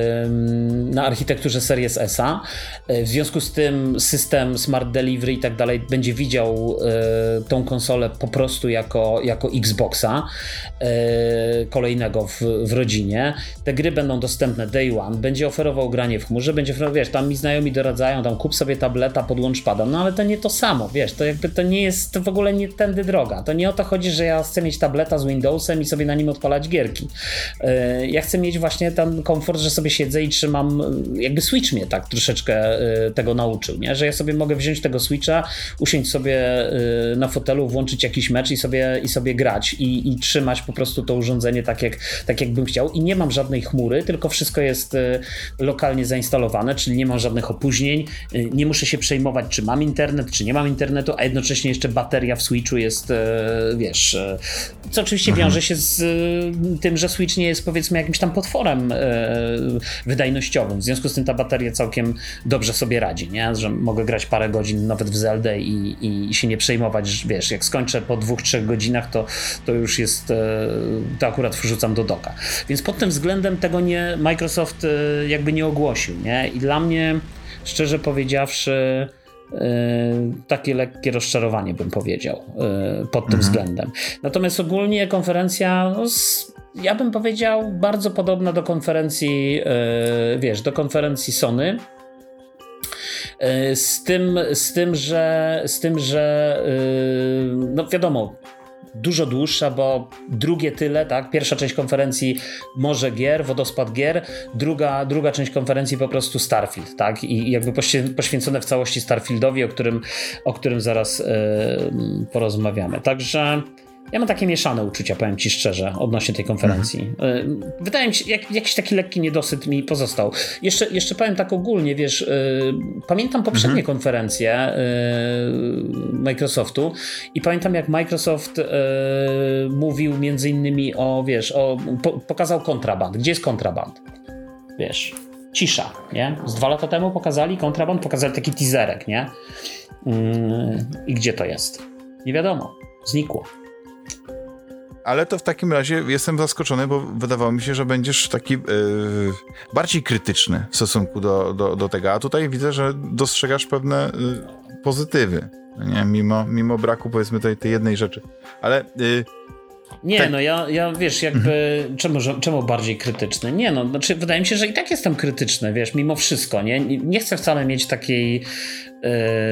na architekturze Series S-a. W związku z tym system Smart Delivery i tak dalej będzie widział yy, tą konsolę po prostu jako, jako Xboxa yy, kolejnego w, w rodzinie. Te gry będą dostępne Day One, będzie oferował granie w chmurze, będzie oferował, wiesz, tam mi znajomi doradzają, tam kup sobie tableta, podłącz pada, no ale to nie to samo, wiesz, to jakby to nie jest, to w ogóle nie tędy droga. To nie o to chodzi, że ja chcę mieć tableta tableta z Windowsem i sobie na nim odpalać gierki. Ja chcę mieć właśnie ten komfort, że sobie siedzę i trzymam, jakby Switch mnie tak troszeczkę tego nauczył, nie? Że ja sobie mogę wziąć tego Switcha, usiąść sobie na fotelu, włączyć jakiś mecz i sobie, i sobie grać i, i trzymać po prostu to urządzenie tak jak, tak jak bym chciał i nie mam żadnej chmury, tylko wszystko jest lokalnie zainstalowane, czyli nie mam żadnych opóźnień, nie muszę się przejmować, czy mam internet, czy nie mam internetu, a jednocześnie jeszcze bateria w Switchu jest, wiesz, co oczywiście mhm. wiąże się z tym, że Switch nie jest, powiedzmy, jakimś tam potworem wydajnościowym, w związku z tym ta bateria całkiem dobrze sobie radzi, nie? Że mogę grać parę godzin nawet w Zeldę i, i się nie przejmować, że, wiesz, jak skończę po dwóch, trzech godzinach, to, to już jest, to akurat wrzucam do doka. Więc pod tym względem tego nie, Microsoft jakby nie ogłosił, nie? I dla mnie, szczerze powiedziawszy, takie lekkie rozczarowanie, bym powiedział, pod tym mhm. względem. Natomiast ogólnie konferencja, no, ja bym powiedział, bardzo podobna do konferencji, wiesz, do konferencji Sony. Z tym, z tym, że z tym, że no wiadomo, dużo dłuższa, bo drugie tyle, tak? Pierwsza część konferencji morze gier, wodospad gier, druga, druga część konferencji po prostu Starfield, tak? I jakby poświęcone w całości Starfieldowi, o którym, o którym zaraz yy, porozmawiamy. Także Ja mam takie mieszane uczucia, powiem ci szczerze, odnośnie tej konferencji. Mhm. Wydaje mi się, jak, jakiś taki lekki niedosyt mi pozostał. Jeszcze, jeszcze powiem tak ogólnie, wiesz, yy, pamiętam poprzednie mhm. konferencje yy, Microsoftu i pamiętam, jak Microsoft yy, mówił między innymi o, wiesz, o, po, pokazał kontraband. Gdzie jest kontraband? Wiesz, cisza, nie? Z dwa lata temu pokazali kontraband, pokazali taki teaserek, nie? Yy, I gdzie to jest? Nie wiadomo. Znikło. Ale to w takim razie jestem zaskoczony, bo wydawało mi się, że będziesz taki yy, bardziej krytyczny w stosunku do, do, do tego, a tutaj widzę, że dostrzegasz pewne yy, pozytywy, nie? Mimo, mimo braku, powiedzmy, tej, tej jednej rzeczy. Ale... Yy, Nie, tak. no ja, ja wiesz, jakby mhm. czemu, czemu bardziej krytyczny? Nie, no, znaczy wydaje mi się, że i tak jestem krytyczny, wiesz, mimo wszystko, nie? Nie chcę wcale mieć takiej yy,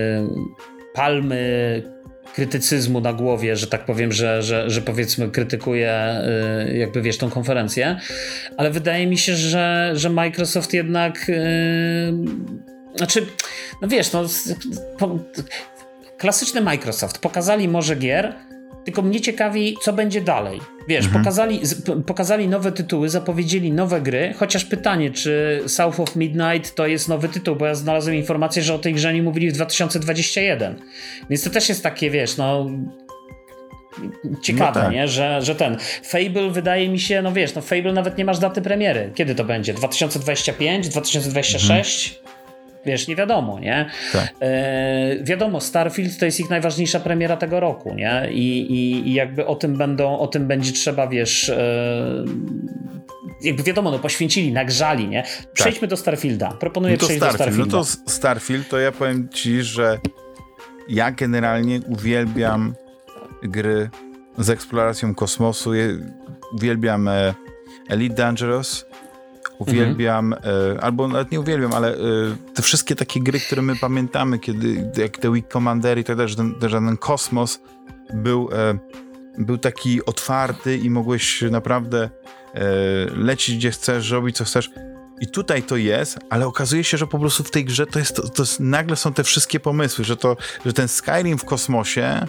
palmy krytycyzmu na głowie, że tak powiem, że, że, że powiedzmy krytykuję yy, jakby wiesz tą konferencję, ale wydaje mi się, że, że Microsoft jednak yy, znaczy, no wiesz, no po, klasyczny Microsoft, pokazali może gier, tylko mnie ciekawi, co będzie dalej. Wiesz, mhm. pokazali, pokazali nowe tytuły, zapowiedzieli nowe gry, chociaż pytanie, czy South of Midnight to jest nowy tytuł, bo ja znalazłem informację, że o tej grze nie mówili w dwa tysiące dwudziestym pierwszym. Więc to też jest takie, wiesz, no... ciekawe, no tak. nie? Że, że ten Fable wydaje mi się, no wiesz, no Fable nawet nie masz daty premiery. Kiedy to będzie? dwa tysiące dwudziesty piąty? dwa tysiące dwudziesty szósty? Mhm. Wiesz, nie wiadomo, nie? Tak. E, wiadomo, Starfield to jest ich najważniejsza premiera tego roku, nie? I, i, i jakby o tym będą, o tym będzie trzeba, wiesz, e, jakby wiadomo, no poświęcili, nagrzali, nie? Przejdźmy tak. do Starfielda. Proponuję no przejść Starfield. do Starfielda. No to Starfield, to ja powiem ci, że ja generalnie uwielbiam gry z eksploracją kosmosu. Uwielbiam e, Elite Dangerous. Uwielbiam, mhm. e, albo nawet nie uwielbiam, ale e, te wszystkie takie gry, które my pamiętamy, kiedy, jak te Weak Commander i tak dalej, że ten, że ten kosmos był, e, był taki otwarty i mogłeś naprawdę e, lecieć gdzie chcesz, robić co chcesz. I tutaj to jest, ale okazuje się, że po prostu w tej grze to jest, to, to jest nagle są te wszystkie pomysły, że, to, że ten Skyrim w kosmosie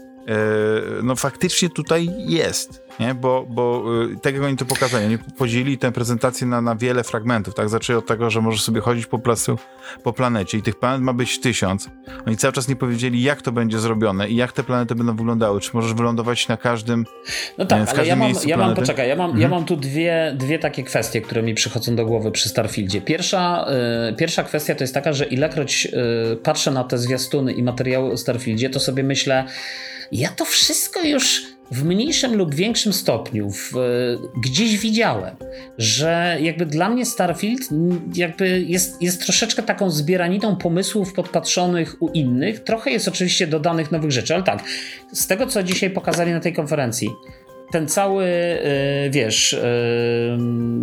no faktycznie tutaj jest, nie? Bo, bo tak jak oni to pokazali, oni podzielili tę prezentację na, na wiele fragmentów, tak? Zaczęli od tego, że możesz sobie chodzić po, placu, po planecie i tych planet ma być tysiąc. Oni cały czas nie powiedzieli, jak to będzie zrobione i jak te planety będą wyglądały, czy możesz wylądować na każdym No tak, nie, w ale każdym ja mam, miejscu ja planety. mam, poczekaj, ja mam, mhm. ja mam tu dwie, dwie takie kwestie, które mi przychodzą do głowy przy Starfieldzie. Pierwsza, yy, pierwsza kwestia to jest taka, że ilekroć yy, patrzę na te zwiastuny i materiały o Starfieldzie, to sobie myślę, ja to wszystko już w mniejszym lub większym stopniu w, gdzieś widziałem, że jakby dla mnie Starfield jakby jest, jest troszeczkę taką zbieraniną pomysłów podpatrzonych u innych, trochę jest oczywiście dodanych nowych rzeczy, ale tak, z tego co dzisiaj pokazali na tej konferencji, ten cały, yy, wiesz, yy,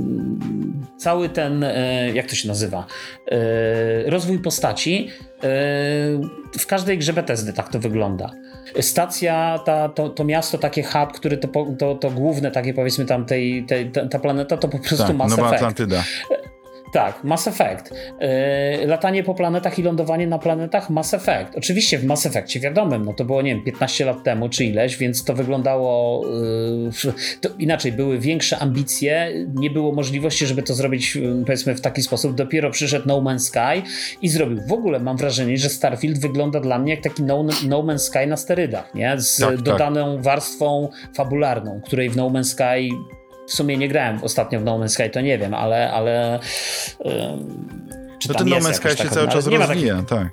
cały ten, yy, jak to się nazywa, yy, rozwój postaci, yy, w każdej grze Bethesdy tak to wygląda. Stacja, ta, to, to miasto, takie hub, który to, to, to główne takie powiedzmy tam tej, tej, ta, ta planeta to po prostu tak, Mass Nowa Effect. Atlantyda. Tak, Mass Effect. Yy, latanie po planetach i lądowanie na planetach Mass Effect. Oczywiście w Mass Effectie wiadomym, no to było nie wiem, piętnaście lat temu czy ileś, więc to wyglądało yy, to inaczej, były większe ambicje, nie było możliwości, żeby to zrobić powiedzmy w taki sposób. Dopiero przyszedł No Man's Sky i zrobił. W ogóle mam wrażenie, że Starfield wygląda dla mnie jak taki No, no Man's Sky na sterydach, nie? Z tak, dodaną tak. warstwą fabularną, której w No Man's Sky w sumie nie grałem ostatnio w No Man's Sky, to nie wiem, ale, ale um, czy no tam ten jest No Man's Sky się taka, cały czas rozwija, takich... tak.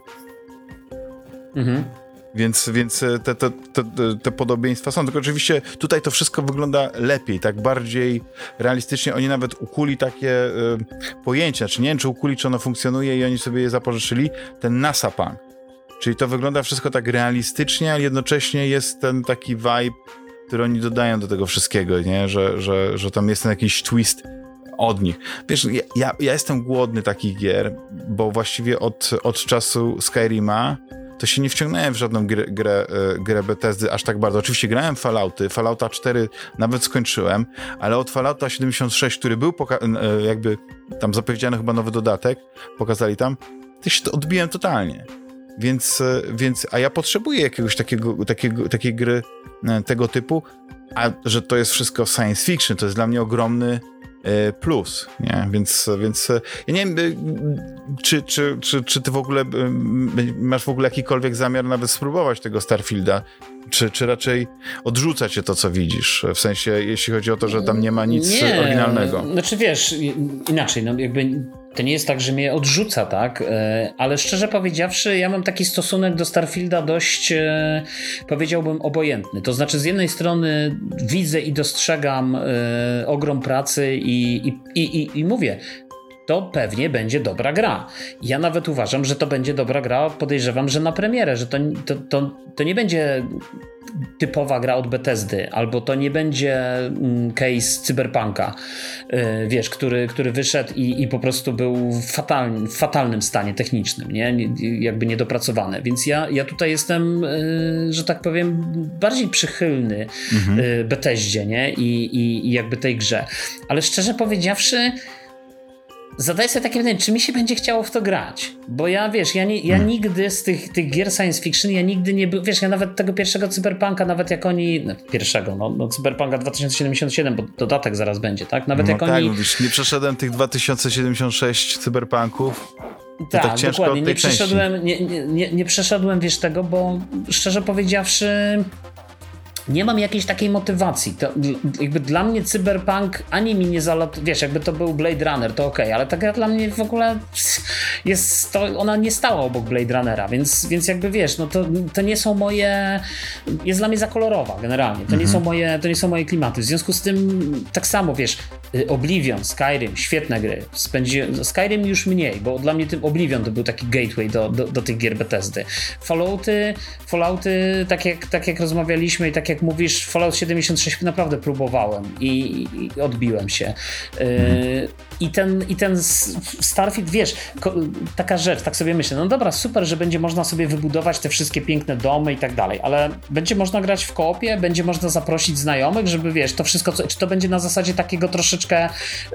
Mhm. Więc, więc te, te, te, te podobieństwa są, tylko oczywiście tutaj to wszystko wygląda lepiej, tak bardziej realistycznie. Oni nawet ukuli takie y, pojęcia, czy nie wiem, czy ukuli, czy ono funkcjonuje i oni sobie je zapożyczyli, ten NASA Punk. Czyli to wygląda wszystko tak realistycznie, ale jednocześnie jest ten taki vibe, które oni dodają do tego wszystkiego, nie? Że, że, że tam jest ten jakiś twist od nich. Wiesz, ja, ja jestem głodny takich gier, bo właściwie od, od czasu Skyrima to się nie wciągnąłem w żadną grę, grę, grę Bethesdy aż tak bardzo. Oczywiście grałem w Fallouty, Fallouta cztery nawet skończyłem, ale od Fallouta siedemdziesiąt sześć, który był poka- jakby tam zapowiedziany chyba nowy dodatek, pokazali tam, to się odbiłem totalnie. więc, więc a ja potrzebuję jakiegoś takiego, takiego, takiej gry tego typu, a że to jest wszystko science fiction, to jest dla mnie ogromny plus, nie? Więc, więc ja nie wiem, czy, czy, czy, czy ty w ogóle masz w ogóle jakikolwiek zamiar nawet spróbować tego Starfielda, czy, czy raczej odrzuca cię to, co widzisz? W sensie, jeśli chodzi o to, że tam nie ma nic nie, oryginalnego. Znaczy wiesz, inaczej, no jakby to nie jest tak, że mnie odrzuca, tak? Ale szczerze powiedziawszy, ja mam taki stosunek do Starfielda dość, powiedziałbym, obojętny. To znaczy, z jednej strony widzę i dostrzegam ogrom pracy i, i, i, i mówię, to pewnie będzie dobra gra. Ja nawet uważam, że to będzie dobra gra, podejrzewam, że na premierę, że to, to, to, to nie będzie typowa gra od Bethesdy, albo to nie będzie case Cyberpunka, wiesz, który, który wyszedł i, i po prostu był w fatalnym, w fatalnym stanie technicznym, nie? Jakby niedopracowany. Więc ja, ja tutaj jestem, że tak powiem, bardziej przychylny mhm. Bethesdzie, nie? I, i, i jakby tej grze. Ale szczerze powiedziawszy, zadaję sobie takie pytanie, czy mi się będzie chciało w to grać? Bo ja, wiesz, ja, nie, ja hmm. nigdy z tych, tych gier science fiction, ja nigdy nie był, wiesz, ja nawet tego pierwszego Cyberpunka, nawet jak oni, no, pierwszego, no, no Cyberpunka dwa tysiące siedemdziesiąt siedem, bo dodatek zaraz będzie, tak? Nawet no jak tak, oni... mówisz, nie przeszedłem tych dwa tysiące siedemdziesiąt sześć Cyberpunków. Tak, tak ciężko dokładnie, od tej nie przeszedłem, nie, nie, nie, nie przeszedłem, wiesz, tego, bo szczerze powiedziawszy... Nie mam jakiejś takiej motywacji. To, jakby dla mnie Cyberpunk ani mi nie zalat... Wiesz, jakby to był Blade Runner, to okej, okay, ale ta gra dla mnie w ogóle jest... To, ona nie stała obok Blade Runnera, więc, więc jakby wiesz, no to, to nie są moje... Jest dla mnie za kolorowa generalnie. To, mm-hmm. nie są moje, to nie są moje klimaty. W związku z tym tak samo, wiesz, Oblivion, Skyrim, świetne gry. Spędzi... Skyrim już mniej, bo dla mnie tym Oblivion to był taki gateway do, do, do tych gier Bethesdy. Fallouty, Fallouty, tak jak, tak jak rozmawialiśmy i tak jak mówisz, Fallout siedemdziesiąt sześć naprawdę próbowałem i, i odbiłem się. Yy, i, ten, I ten Starfield, wiesz, ko, taka rzecz, tak sobie myślę, no dobra, super, że będzie można sobie wybudować te wszystkie piękne domy i tak dalej, ale będzie można grać w koopie, będzie można zaprosić znajomych, żeby wiesz, to wszystko, co, czy to będzie na zasadzie takiego troszeczkę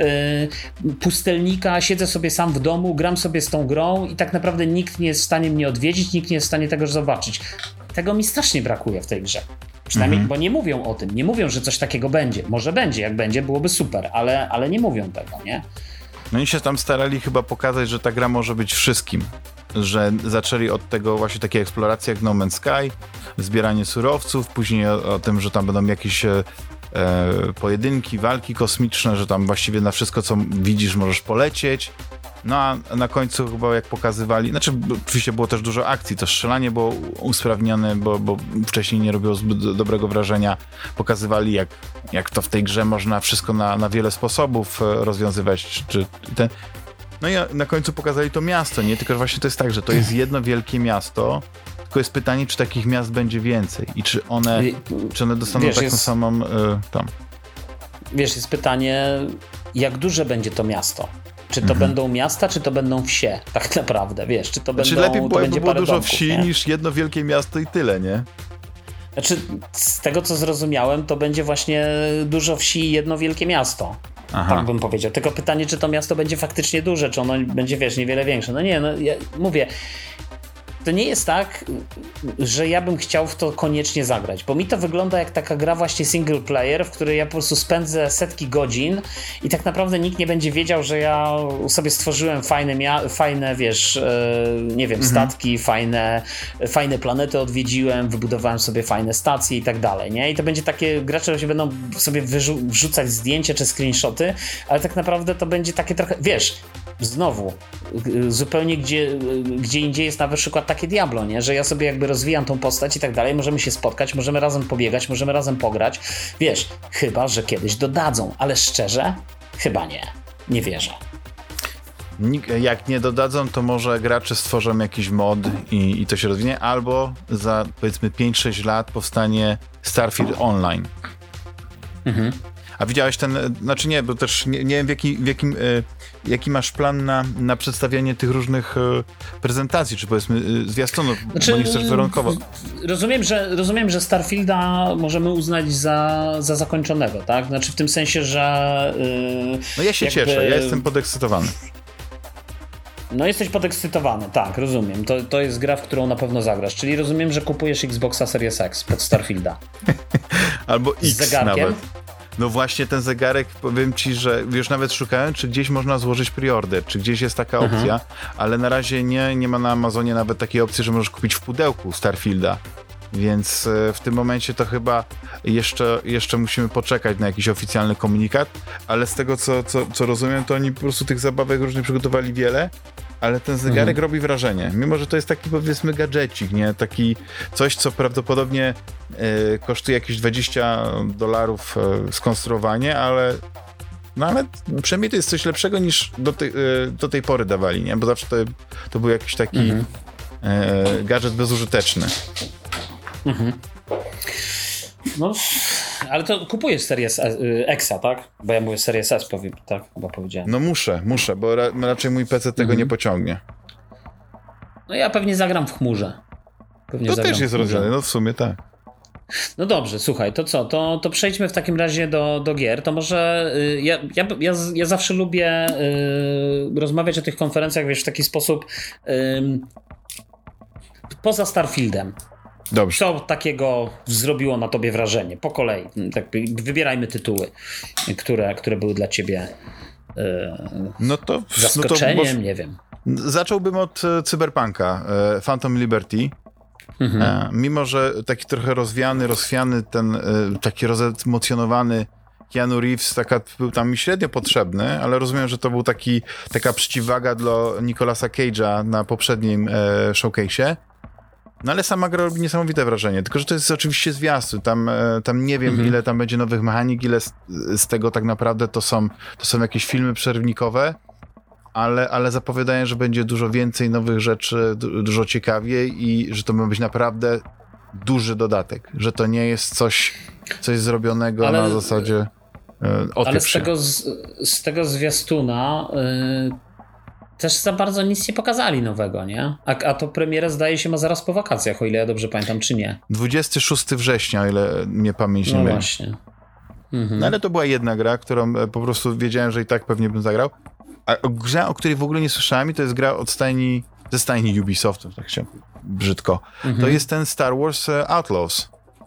yy, pustelnika, siedzę sobie sam w domu, gram sobie z tą grą i tak naprawdę nikt nie jest w stanie mnie odwiedzić, nikt nie jest w stanie tego zobaczyć. Tego mi strasznie brakuje w tej grze. Przynajmniej, mhm. bo nie mówią o tym, nie mówią, że coś takiego będzie. Może będzie, jak będzie, byłoby super, ale, ale nie mówią tego, nie? No i się tam starali chyba pokazać, że ta gra może być wszystkim. Że zaczęli od tego właśnie takiej eksploracji jak No Man's Sky, zbieranie surowców, później o, o tym, że tam będą jakieś e, pojedynki, walki kosmiczne, że tam właściwie na wszystko, co widzisz, możesz polecieć. No a na końcu chyba jak pokazywali, znaczy oczywiście było też dużo akcji, to strzelanie było usprawnione, bo, bo wcześniej nie robiło zbyt dobrego wrażenia. Pokazywali jak, jak to w tej grze można wszystko na, na wiele sposobów rozwiązywać. Czy ten... No i na końcu pokazali to miasto, nie? Tylko że właśnie to jest tak, że to jest jedno wielkie miasto, tylko jest pytanie, czy takich miast będzie więcej i czy one, czy one dostaną Wiesz, taką jest... samą y, tam. Wiesz, jest pytanie, jak duże będzie to miasto? Czy to mhm. będą miasta, czy to będą wsie? Tak naprawdę, wiesz, czy to znaczy, będą... lepiej było, to będzie było dużo domków, wsi nie? niż jedno wielkie miasto i tyle, nie? Znaczy, z tego co zrozumiałem, to będzie właśnie dużo wsi i jedno wielkie miasto. Aha. Tak bym powiedział. Tylko pytanie, czy to miasto będzie faktycznie duże, czy ono będzie, wiesz, niewiele większe. No nie, no ja mówię... To nie jest tak, że ja bym chciał w to koniecznie zagrać, bo mi to wygląda jak taka gra właśnie single player, w której ja po prostu spędzę setki godzin i tak naprawdę nikt nie będzie wiedział, że ja sobie stworzyłem fajne, mia- fajne wiesz, yy, nie wiem, mhm. statki, fajne, fajne planety odwiedziłem, wybudowałem sobie fajne stacje i tak dalej, nie? I to będzie takie, gracze się będą sobie wyrzu- wrzucać zdjęcia czy screenshoty, ale tak naprawdę to będzie takie trochę, wiesz, znowu, zupełnie gdzie, gdzie indziej jest na przykład takie Diablo, nie? Że ja sobie jakby rozwijam tą postać i tak dalej, możemy się spotkać, możemy razem pobiegać, możemy razem pograć, wiesz, chyba, że kiedyś dodadzą, ale szczerze, chyba nie, nie wierzę. Jak nie dodadzą, to może gracze stworzą jakiś mod i, i to się rozwinie, albo za powiedzmy pięć sześć lat powstanie Starfield Online. Mhm. A widziałeś ten, znaczy nie, bo też nie, nie wiem w, jaki, w jakim, y, jaki masz plan na, na przedstawianie tych różnych y, prezentacji, czy powiedzmy y, zwiastunów, znaczy, bo nie chcesz warunkowo. Rozumiem, że, rozumiem, że Starfielda możemy uznać za, za zakończonego, tak? Znaczy w tym sensie, że... Y, no ja się jakby... cieszę, ja jestem podekscytowany. No jesteś podekscytowany, tak, rozumiem. To, to jest gra, w którą na pewno zagrasz. Czyli rozumiem, że kupujesz Xboxa Series X pod Starfielda. Albo X z zegarkiem? nawet. No właśnie ten zegarek, powiem ci, że już nawet szukałem, czy gdzieś można złożyć preorder, czy gdzieś jest taka opcja, mhm. ale na razie nie, nie ma na Amazonie nawet takiej opcji, że możesz kupić w pudełku Starfielda. Więc w tym momencie to chyba jeszcze, jeszcze musimy poczekać na jakiś oficjalny komunikat, ale z tego, co, co, co rozumiem, to oni po prostu tych zabawek różnych przygotowali wiele, ale ten zegarek mhm. robi wrażenie. Mimo, że to jest taki, powiedzmy, gadżecik, nie? Taki coś, co prawdopodobnie y, kosztuje jakieś dwadzieścia dolarów y, skonstruowanie, ale no ale przynajmniej to jest coś lepszego niż do, ty, y, do tej pory dawali, nie? Bo zawsze to, to był jakiś taki mhm. y, gadżet bezużyteczny. Mhm. No, ale to kupujesz Series X, tak? Bo ja mówię Series S, powiem, tak? Chyba powiedziałem. No muszę, muszę, bo ra- raczej mój P C tego mhm. nie pociągnie. No ja pewnie zagram w chmurze. Pewnie to też jest rozwiązane, no w sumie tak. No dobrze, słuchaj, to co? To, to przejdźmy w takim razie do, do gier. To może y, ja, ja, ja, ja zawsze lubię y, rozmawiać o tych konferencjach, wiesz, w taki sposób y, poza Starfieldem. Dobrze. Co takiego zrobiło na tobie wrażenie? Po kolei. Tak, wybierajmy tytuły, które, które były dla ciebie yy, no to, zaskoczeniem, no to, nie wiem. Zacząłbym od e, Cyberpunka, e, Phantom Liberty. Mhm. E, mimo, że taki trochę rozwiany, rozchwiany, ten e, taki rozemocjonowany Keanu Reeves taka, był tam średnio potrzebny, ale rozumiem, że to był taki, taka przeciwwaga dla Nicolasa Cage'a na poprzednim e, showcase'ie. No ale sama gra robi niesamowite wrażenie, tylko że to jest oczywiście zwiastun, tam, tam nie wiem mhm. ile tam będzie nowych mechanik, ile z, z tego tak naprawdę to są, to są jakieś filmy przerwnikowe, ale, ale zapowiadają, że będzie dużo więcej nowych rzeczy, du- dużo ciekawiej i że to ma być naprawdę duży dodatek, że to nie jest coś, coś zrobionego ale, na zasadzie e, ale z tego, z, z tego zwiastuna y- też za bardzo nic nie pokazali nowego, nie? A, a to premiera zdaje się ma zaraz po wakacjach, o ile ja dobrze pamiętam, czy nie? dwudziestego szóstego września, o ile mnie pamięć nie myli. No właśnie. Mhm. No ale to była jedna gra, którą po prostu wiedziałem, że i tak pewnie bym zagrał. A gra, o której w ogóle nie słyszałem, i to jest gra od stajni, ze stajni Ubisoftu, tak się brzydko. Mhm. To jest ten Star Wars Outlaws.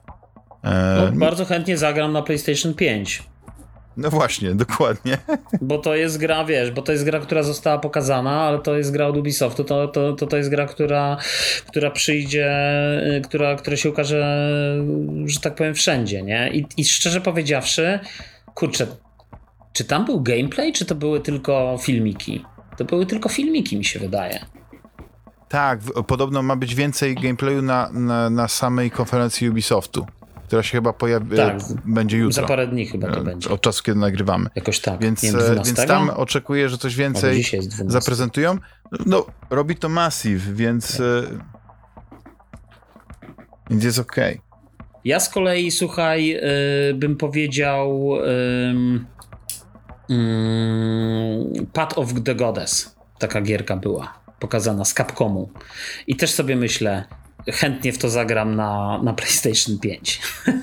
E... No, bardzo chętnie zagram na PlayStation pięć. No właśnie, dokładnie. Bo to jest gra, wiesz, bo to jest gra, która została pokazana, ale to jest gra od Ubisoftu, to, to, to, to jest gra, która, która przyjdzie, która, która się ukaże, że tak powiem, wszędzie, nie? I, i szczerze powiedziawszy, kurczę, czy tam był gameplay, czy to były tylko filmiki? To były tylko filmiki, mi się wydaje. Tak, podobno ma być więcej gameplayu na, na, na samej konferencji Ubisoftu, która się chyba pojawi, tak, będzie jutro. Za parę dni chyba to będzie. Od czasu, kiedy nagrywamy. Jakoś tak. Więc, nie wiem, więc tam oczekuję, że coś więcej zaprezentują. No, robi to Massive, więc, więc jest okej. Okay. Ja z kolei, słuchaj, yy, bym powiedział yy, yy, Path of the Goddess. Taka gierka była pokazana z Capcomu. I też sobie myślę, chętnie w to zagram na, na PlayStation pięć.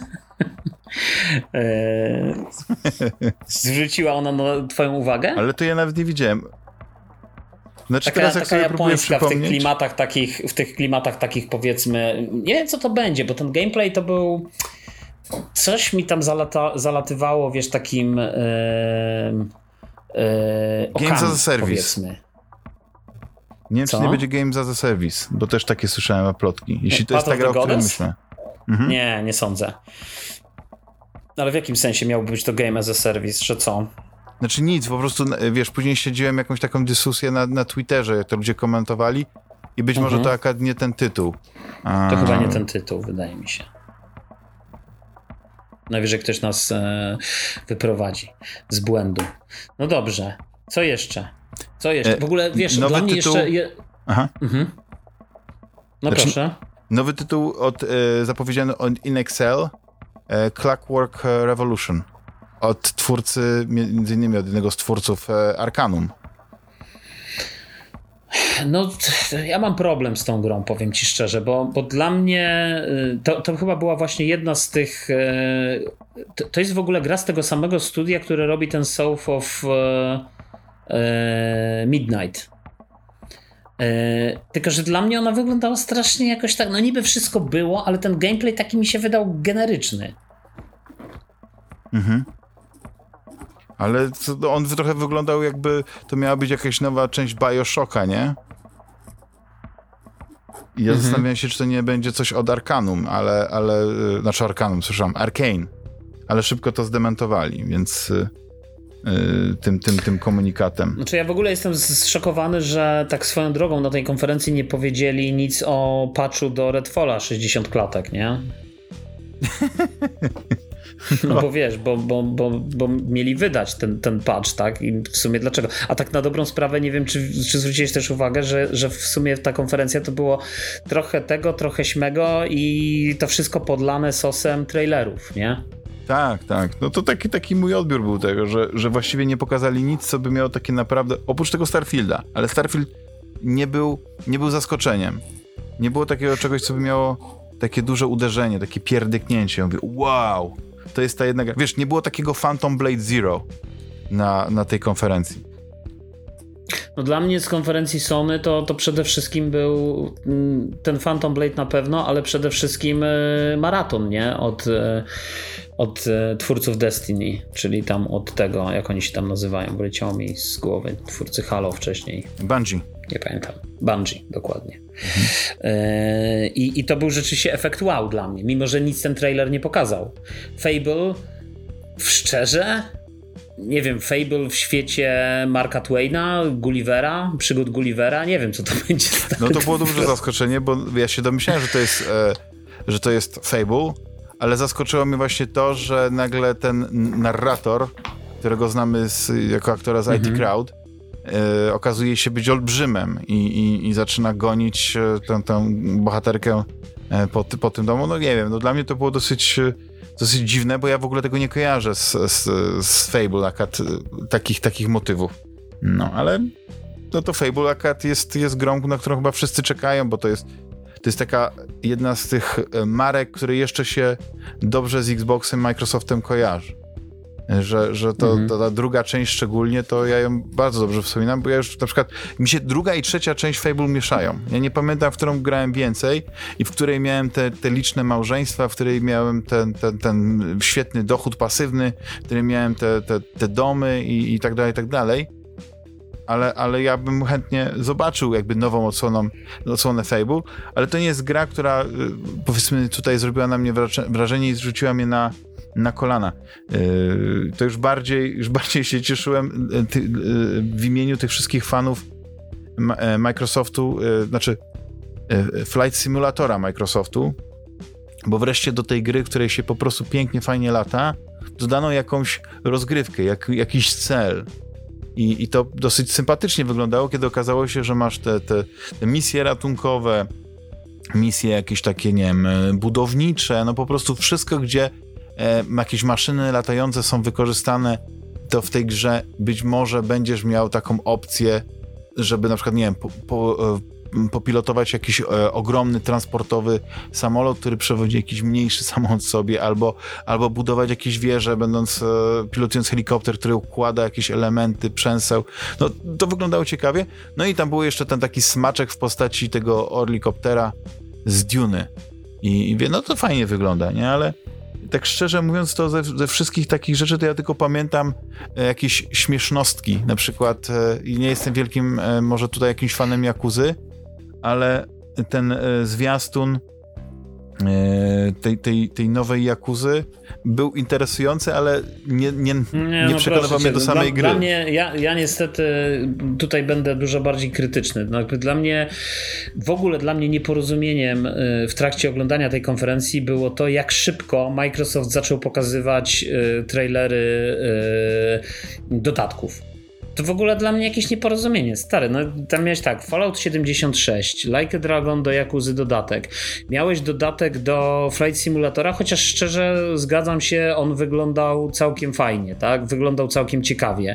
eee, zwróciła ona na twoją uwagę? Ale to ja nawet nie widziałem. Znaczy taka teraz jak taka sobie próbuję przypomnieć... w tych klimatach takich, w tych klimatach takich powiedzmy, nie wiem co to będzie, bo ten gameplay to był coś mi tam zalata, zalatywało, wiesz, takim e, e, okami, Games as a Service. Powiedzmy. Nie wiem, Co? czy nie będzie Games as a Service, bo też takie słyszałem o plotki. Jeśli to jest ta gra, o której myślę. Mhm. Nie, nie sądzę. Ale w jakim sensie miałby być to Game as a Service, że co? Znaczy nic, po prostu, wiesz, później śledziłem jakąś taką dyskusję na, na Twitterze, jak to ludzie komentowali i być mhm. może to akurat nie ten tytuł. A... To chyba nie ten tytuł, wydaje mi się. Najwyżej ktoś nas e, wyprowadzi z błędu. No dobrze, co jeszcze? Co jeszcze? W ogóle, wiesz, nowy dla mnie tytuł... jeszcze... Je... Aha. Mhm. No znaczy, proszę. Nowy tytuł od, e, zapowiedziany od InXL, e, Clockwork Revolution. Od twórcy, między innymi od jednego z twórców e, Arcanum. No, ja mam problem z tą grą, powiem ci szczerze, bo, bo dla mnie to, to chyba była właśnie jedna z tych... To, to jest w ogóle gra z tego samego studia, które robi ten South of Midnight. Yy, tylko, że dla mnie ona wyglądała strasznie jakoś tak, no niby wszystko było, ale ten gameplay taki mi się wydał generyczny. Mhm. Ale to, on trochę wyglądał jakby to miała być jakaś nowa część Bioshocka, nie? I ja mhm. zastanawiam się, czy to nie będzie coś od Arcanum, ale, ale znaczy Arcanum, słyszałem, Arcane, ale szybko to zdementowali, więc yy, tym, tym, tym komunikatem. Znaczy ja w ogóle jestem zszokowany, że tak swoją drogą na tej konferencji nie powiedzieli nic o patchu do Redfalla sześćdziesiąt klatek, nie? No bo wiesz, bo, bo, bo, bo mieli wydać ten, ten patch, tak? I w sumie dlaczego? A tak na dobrą sprawę nie wiem, czy, czy zwróciłeś też uwagę, że, że w sumie ta konferencja to było trochę tego, trochę śmego i to wszystko podlane sosem trailerów, nie? Tak, tak. No to taki, taki mój odbiór był tego, że, że właściwie nie pokazali nic, co by miało takie naprawdę, oprócz tego Starfielda, ale Starfield nie był, nie był zaskoczeniem. Nie było takiego czegoś, co by miało takie duże uderzenie, takie pierdyknięcie. Ja mówię, wow! To jest ta jedna gra. Wiesz, nie było takiego Phantom Blade Zero na, na tej konferencji. No dla mnie z konferencji Sony to, to przede wszystkim był ten Phantom Blade na pewno, ale przede wszystkim maraton, nie? Od, od twórców Destiny, czyli tam od tego, jak oni się tam nazywają, bo leciało mi z głowy, twórcy Halo wcześniej. Bungie. Nie pamiętam. Bungie, dokładnie. Mhm. Yy, i, I to był rzeczywiście efekt wow dla mnie, mimo że nic ten trailer nie pokazał. Fable, szczerze, nie wiem, Fable w świecie Marka Twaina, Gullivera, przygód Gullivera, nie wiem, co to będzie. No to było duże zaskoczenie, bo ja się domyślałem, że to jest, e, że to jest Fable, ale zaskoczyło mnie właśnie to, że nagle ten narrator, którego znamy z, jako aktora z mhm. I T Crowd, e, okazuje się być olbrzymem i, i, i zaczyna gonić tę, tę bohaterkę po, po tym domu. No nie wiem, no dla mnie to było dosyć dosyć dziwne, bo ja w ogóle tego nie kojarzę z, z, z Fable akad takich, takich motywów. No, ale no to Fable akad jest, jest grą, na którą chyba wszyscy czekają, bo to jest to jest taka jedna z tych marek, które jeszcze się dobrze z Xboxem, Microsoftem kojarzy. Że, że to, mhm. to ta druga część szczególnie, to ja ją bardzo dobrze wspominam, bo ja już na przykład, mi się druga i trzecia część Fable mieszają. Ja nie pamiętam, w którą grałem więcej i w której miałem te, te liczne małżeństwa, w której miałem ten, ten, ten świetny dochód pasywny, w której miałem te, te, te domy i, i tak dalej, i tak dalej. Ale, ale ja bym chętnie zobaczył jakby nową odsłoną, odsłonę Fable, ale to nie jest gra, która powiedzmy tutaj zrobiła na mnie wrażenie i zrzuciła mnie na na kolana. Yy, to już bardziej, już bardziej się cieszyłem ty, yy, w imieniu tych wszystkich fanów ma, e, Microsoftu, yy, znaczy yy, Flight Simulatora Microsoftu, bo wreszcie do tej gry, której się po prostu pięknie, fajnie lata, dodano jakąś rozgrywkę, jak, jakiś cel. I, I to dosyć sympatycznie wyglądało, kiedy okazało się, że masz te, te, te misje ratunkowe, misje jakieś takie, nie wiem, budownicze, no po prostu wszystko, gdzie E, jakieś maszyny latające są wykorzystane, to w tej grze być może będziesz miał taką opcję, żeby na przykład, nie wiem, po, po, e, popilotować jakiś e, ogromny transportowy samolot, który przewodzi jakiś mniejszy samolot sobie, albo, albo budować jakieś wieże, będąc e, pilotując helikopter, który układa jakieś elementy, przęseł. No, to wyglądało ciekawie. No i tam był jeszcze ten taki smaczek w postaci tego orlikoptera z Duny. I, i wie, no to fajnie wygląda, nie? Ale tak szczerze mówiąc, to ze, ze wszystkich takich rzeczy, to ja tylko pamiętam e, jakieś śmiesznostki. Na przykład, i e, nie jestem wielkim e, może tutaj jakimś fanem Yakuzy, ale ten e, zwiastun e, tej, tej, tej nowej Yakuzy był interesujący, ale nie, nie, nie, nie no przekonywał mnie do samej dla, gry. Dla mnie, ja, ja niestety tutaj będę dużo bardziej krytyczny. No, dla mnie, w ogóle dla mnie nieporozumieniem w trakcie oglądania tej konferencji było to, jak szybko Microsoft zaczął pokazywać trailery dodatków. To w ogóle dla mnie jakieś nieporozumienie. Stary, no tam miałeś tak, Fallout siedemdziesiąt sześć, Like a Dragon do Yakuzy dodatek. Miałeś dodatek do Flight Simulatora, chociaż szczerze zgadzam się, on wyglądał całkiem fajnie, tak? Wyglądał całkiem ciekawie.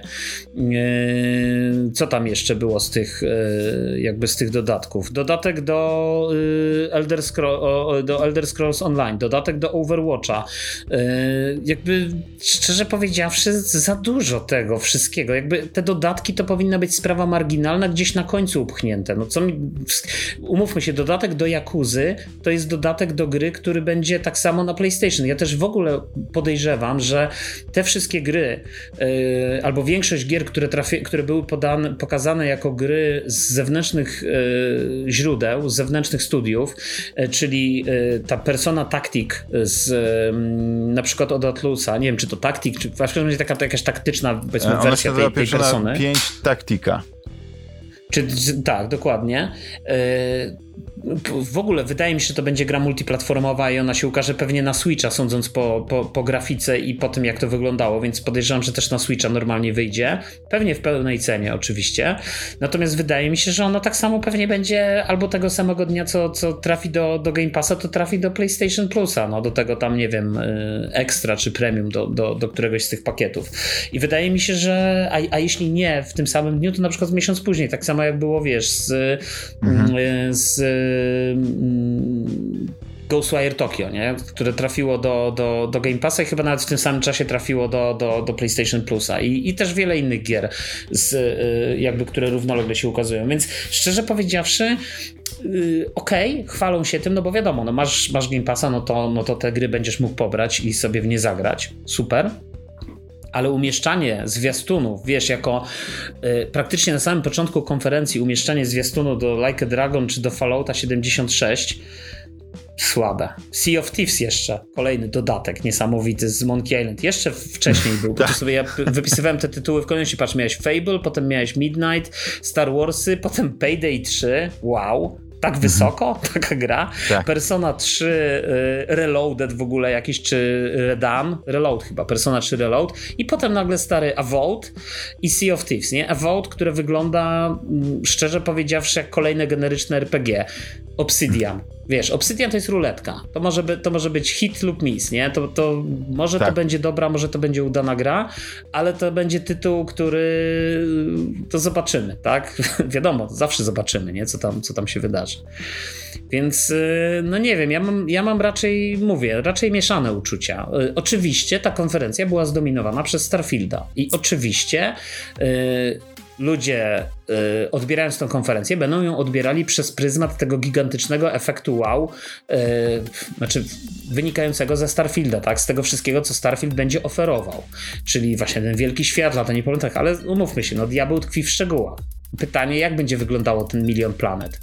Yy, co tam jeszcze było z tych yy, jakby z tych dodatków? Dodatek do, yy, Elder Scroll, do Elder Scrolls Online, dodatek do Overwatcha. Yy, jakby szczerze powiedziawszy za dużo tego wszystkiego. Jakby te dodatki to powinna być sprawa marginalna, gdzieś na końcu upchnięte. No co mi, umówmy się, dodatek do Yakuzy to jest dodatek do gry, który będzie tak samo na PlayStation. Ja też w ogóle podejrzewam, że te wszystkie gry, yy, albo większość gier, które, trafi, które były podane, pokazane jako gry z zewnętrznych yy, źródeł, z zewnętrznych studiów, yy, czyli yy, ta Persona Tactic z yy, na przykład od Atlusa, nie wiem czy to Tactic, czy w każdym razie taka jakaś taktyczna powiedzmy, Ona wersja się tej, tej Persona Persony. pięć Tactica. Czy, czy, tak, dokładnie. Yy, w ogóle wydaje mi się, że to będzie gra multiplatformowa i ona się ukaże pewnie na Switcha, sądząc po, po, po grafice i po tym, jak to wyglądało, więc podejrzewam, że też na Switcha normalnie wyjdzie. Pewnie w pełnej cenie oczywiście. Natomiast wydaje mi się, że ona tak samo pewnie będzie albo tego samego dnia, co, co trafi do, do Game Passa, to trafi do PlayStation Plusa, no do tego tam, nie wiem, Extra czy Premium, do, do, do któregoś z tych pakietów. I wydaje mi się, że a, a jeśli nie w tym samym dniu, to na przykład miesiąc później, tak samo jak było, wiesz, z, mhm. z Ghostwire Tokyo, nie? Które trafiło do, do, do Game Passa i chyba nawet w tym samym czasie trafiło do, do, do PlayStation Plusa i, i też wiele innych gier, z, jakby, które równolegle się ukazują, więc szczerze powiedziawszy Yy, okej, okay, chwalą się tym, no bo wiadomo, no masz, masz Game Passa, no to, no to te gry będziesz mógł pobrać i sobie w nie zagrać, super. Ale umieszczanie zwiastunów, wiesz, jako y, praktycznie na samym początku konferencji umieszczanie zwiastunu do Like a Dragon czy do Fallouta siedemdziesiąt sześć, słabe. Sea of Thieves jeszcze, kolejny dodatek niesamowity z Monkey Island. Jeszcze wcześniej był, bo sobie ja wypisywałem te tytuły w kolejności, patrz, miałeś Fable, potem miałeś Midnight, Star Warsy, potem Payday trzy, wow. Tak wysoko, mhm. taka gra. Tak. Persona trzy y, Reloaded w ogóle jakiś, czy Redam, Reload chyba, Persona trzy Reload i potem nagle stary Avowed i Sea of Thieves, nie? Avowed, które wygląda m, szczerze powiedziawszy jak kolejne generyczne R P G. Obsidian. Wiesz, Obsidian to jest ruletka. To może, by, to może być hit lub miss, nie? To, to może tak. to będzie dobra, może to będzie udana gra, ale to będzie tytuł, który to zobaczymy, tak? Wiadomo, zawsze zobaczymy, nie? Co tam, co tam się wydarzy. Więc no nie wiem, ja mam, ja mam raczej, mówię, raczej mieszane uczucia. Oczywiście ta konferencja była zdominowana przez Starfielda i oczywiście yy, ludzie y, odbierając tę konferencję będą ją odbierali przez pryzmat tego gigantycznego efektu wow, y, znaczy wynikającego ze Starfielda, tak? Z tego wszystkiego, co Starfield będzie oferował. Czyli właśnie ten wielki świat, latanie po planetach, ale umówmy się, no diabeł tkwi w szczegółach. Pytanie, jak będzie wyglądało ten milion planet?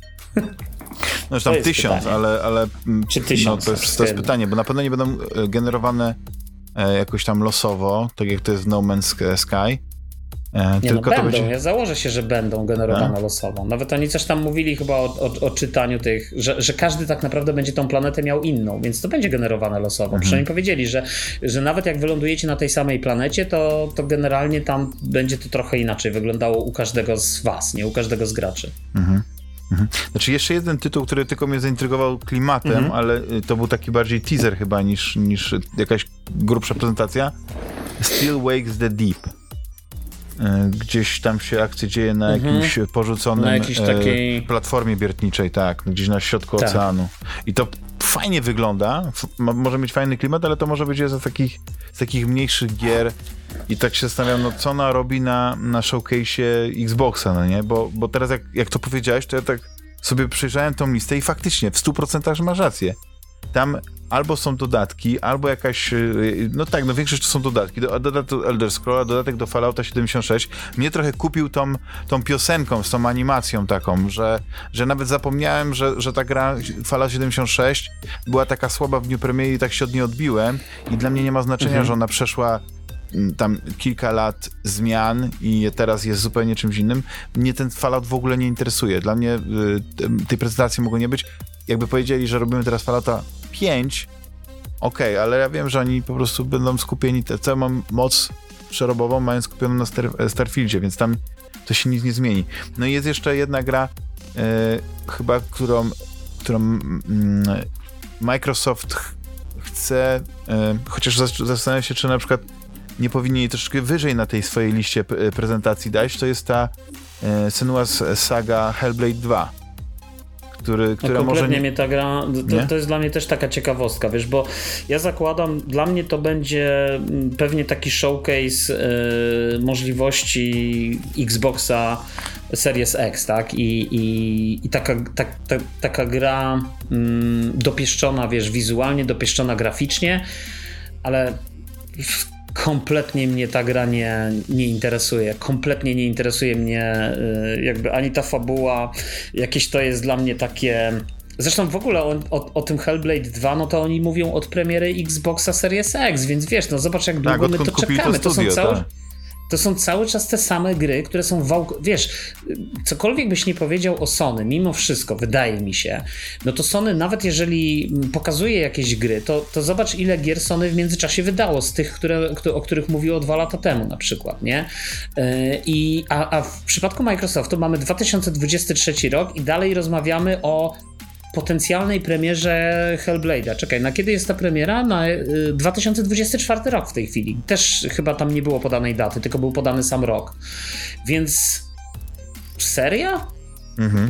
No już tam tysiąc, pytanie. ale, ale Czy tysiąc, no, to, jest, to jest pytanie, bo na pewno nie będą generowane e, jakoś tam losowo, tak jak to jest w No Man's Sky. E, nie, tylko no to będą, będzie... ja założę się, że będą generowane A? losowo. Nawet oni coś tam mówili chyba o, o, o czytaniu tych, że, że każdy tak naprawdę będzie tą planetę miał inną, więc to będzie generowane losowo. Mhm. Przynajmniej powiedzieli, że, że nawet jak wylądujecie na tej samej planecie, to, to generalnie tam będzie to trochę inaczej wyglądało u każdego z was, nie u każdego z graczy. Mhm. Mhm. Znaczy jeszcze jeden tytuł, który tylko mnie zaintrygował klimatem, mhm. ale to był taki bardziej teaser chyba niż, niż jakaś grubsza prezentacja. Still Wakes the Deep. Gdzieś tam się akcja dzieje na mhm. jakimś porzuconym na jakiejś takiej... platformie biertniczej, tak, gdzieś na środku tak. oceanu. I to fajnie wygląda, może mieć fajny klimat, ale to może być z takich, z takich mniejszych gier i tak się zastanawiam, no co ona robi na, na showcase'ie Xboxa, no nie? Bo, bo teraz jak, jak to powiedziałeś, to ja tak sobie przejrzałem tą listę i faktycznie w stu procentach masz rację. Tam albo są dodatki, albo jakaś, no tak, no większość to są dodatki, dodatek do Elder Scrolla, dodatek do Fallouta siedemdziesiąt sześć. Mnie trochę kupił tą, tą piosenką, z tą animacją taką, że, że nawet zapomniałem, że, że ta gra Fallout siedemdziesiąt sześć była taka słaba w dniu premiery i tak się od niej odbiłem i dla mnie nie ma znaczenia, mhm. że ona przeszła tam kilka lat zmian i teraz jest zupełnie czymś innym. Mnie ten Fallout w ogóle nie interesuje. Dla mnie y, tej prezentacji mogło nie być. Jakby powiedzieli, że robimy teraz Fallouta pięć, okej, okay, ale ja wiem, że oni po prostu będą skupieni, te, całą mam moc przerobową mają skupioną na Star, Starfieldzie, więc tam to się nic nie zmieni. No i jest jeszcze jedna gra y, chyba, którą, którą y, Microsoft ch- chce, y, chociaż zastanawiam się, czy na przykład nie powinni jej troszeczkę wyżej na tej swojej liście p- prezentacji dać, to jest ta e, Senua's Saga Hellblade dwa, który, która no, może nie... mnie ta gra, to, to jest dla mnie też taka ciekawostka, wiesz, bo ja zakładam, dla mnie to będzie pewnie taki showcase y, możliwości Xboxa Series X, tak? I, i, i taka, tak, ta, taka gra mm, dopieszczona, wiesz, wizualnie, dopieszczona graficznie, ale kompletnie mnie ta gra nie, nie interesuje. Kompletnie nie interesuje mnie y, jakby ani ta fabuła, jakieś to jest dla mnie takie... Zresztą w ogóle o, o, o tym Hellblade dwa, no to oni mówią od premiery Xboxa Series X, więc wiesz, no zobacz jak długo tak, my to czekamy. To, studio, to są całe... Tak. To są cały czas te same gry, które są wałk... Wiesz, cokolwiek byś nie powiedział o Sony, mimo wszystko, wydaje mi się, no to Sony, nawet jeżeli pokazuje jakieś gry, to, to zobacz, ile gier Sony w międzyczasie wydało z tych, które, o których mówiło dwa lata temu na przykład, nie? I, a, a w przypadku Microsoftu mamy dwa tysiące dwudziesty trzeci rok i dalej rozmawiamy o potencjalnej premierze Hellblade'a. Czekaj, na kiedy jest ta premiera? Na y, dwa tysiące dwudziesty czwarty rok w tej chwili. Też chyba tam nie było podanej daty, tylko był podany sam rok. Więc seria? Mhm.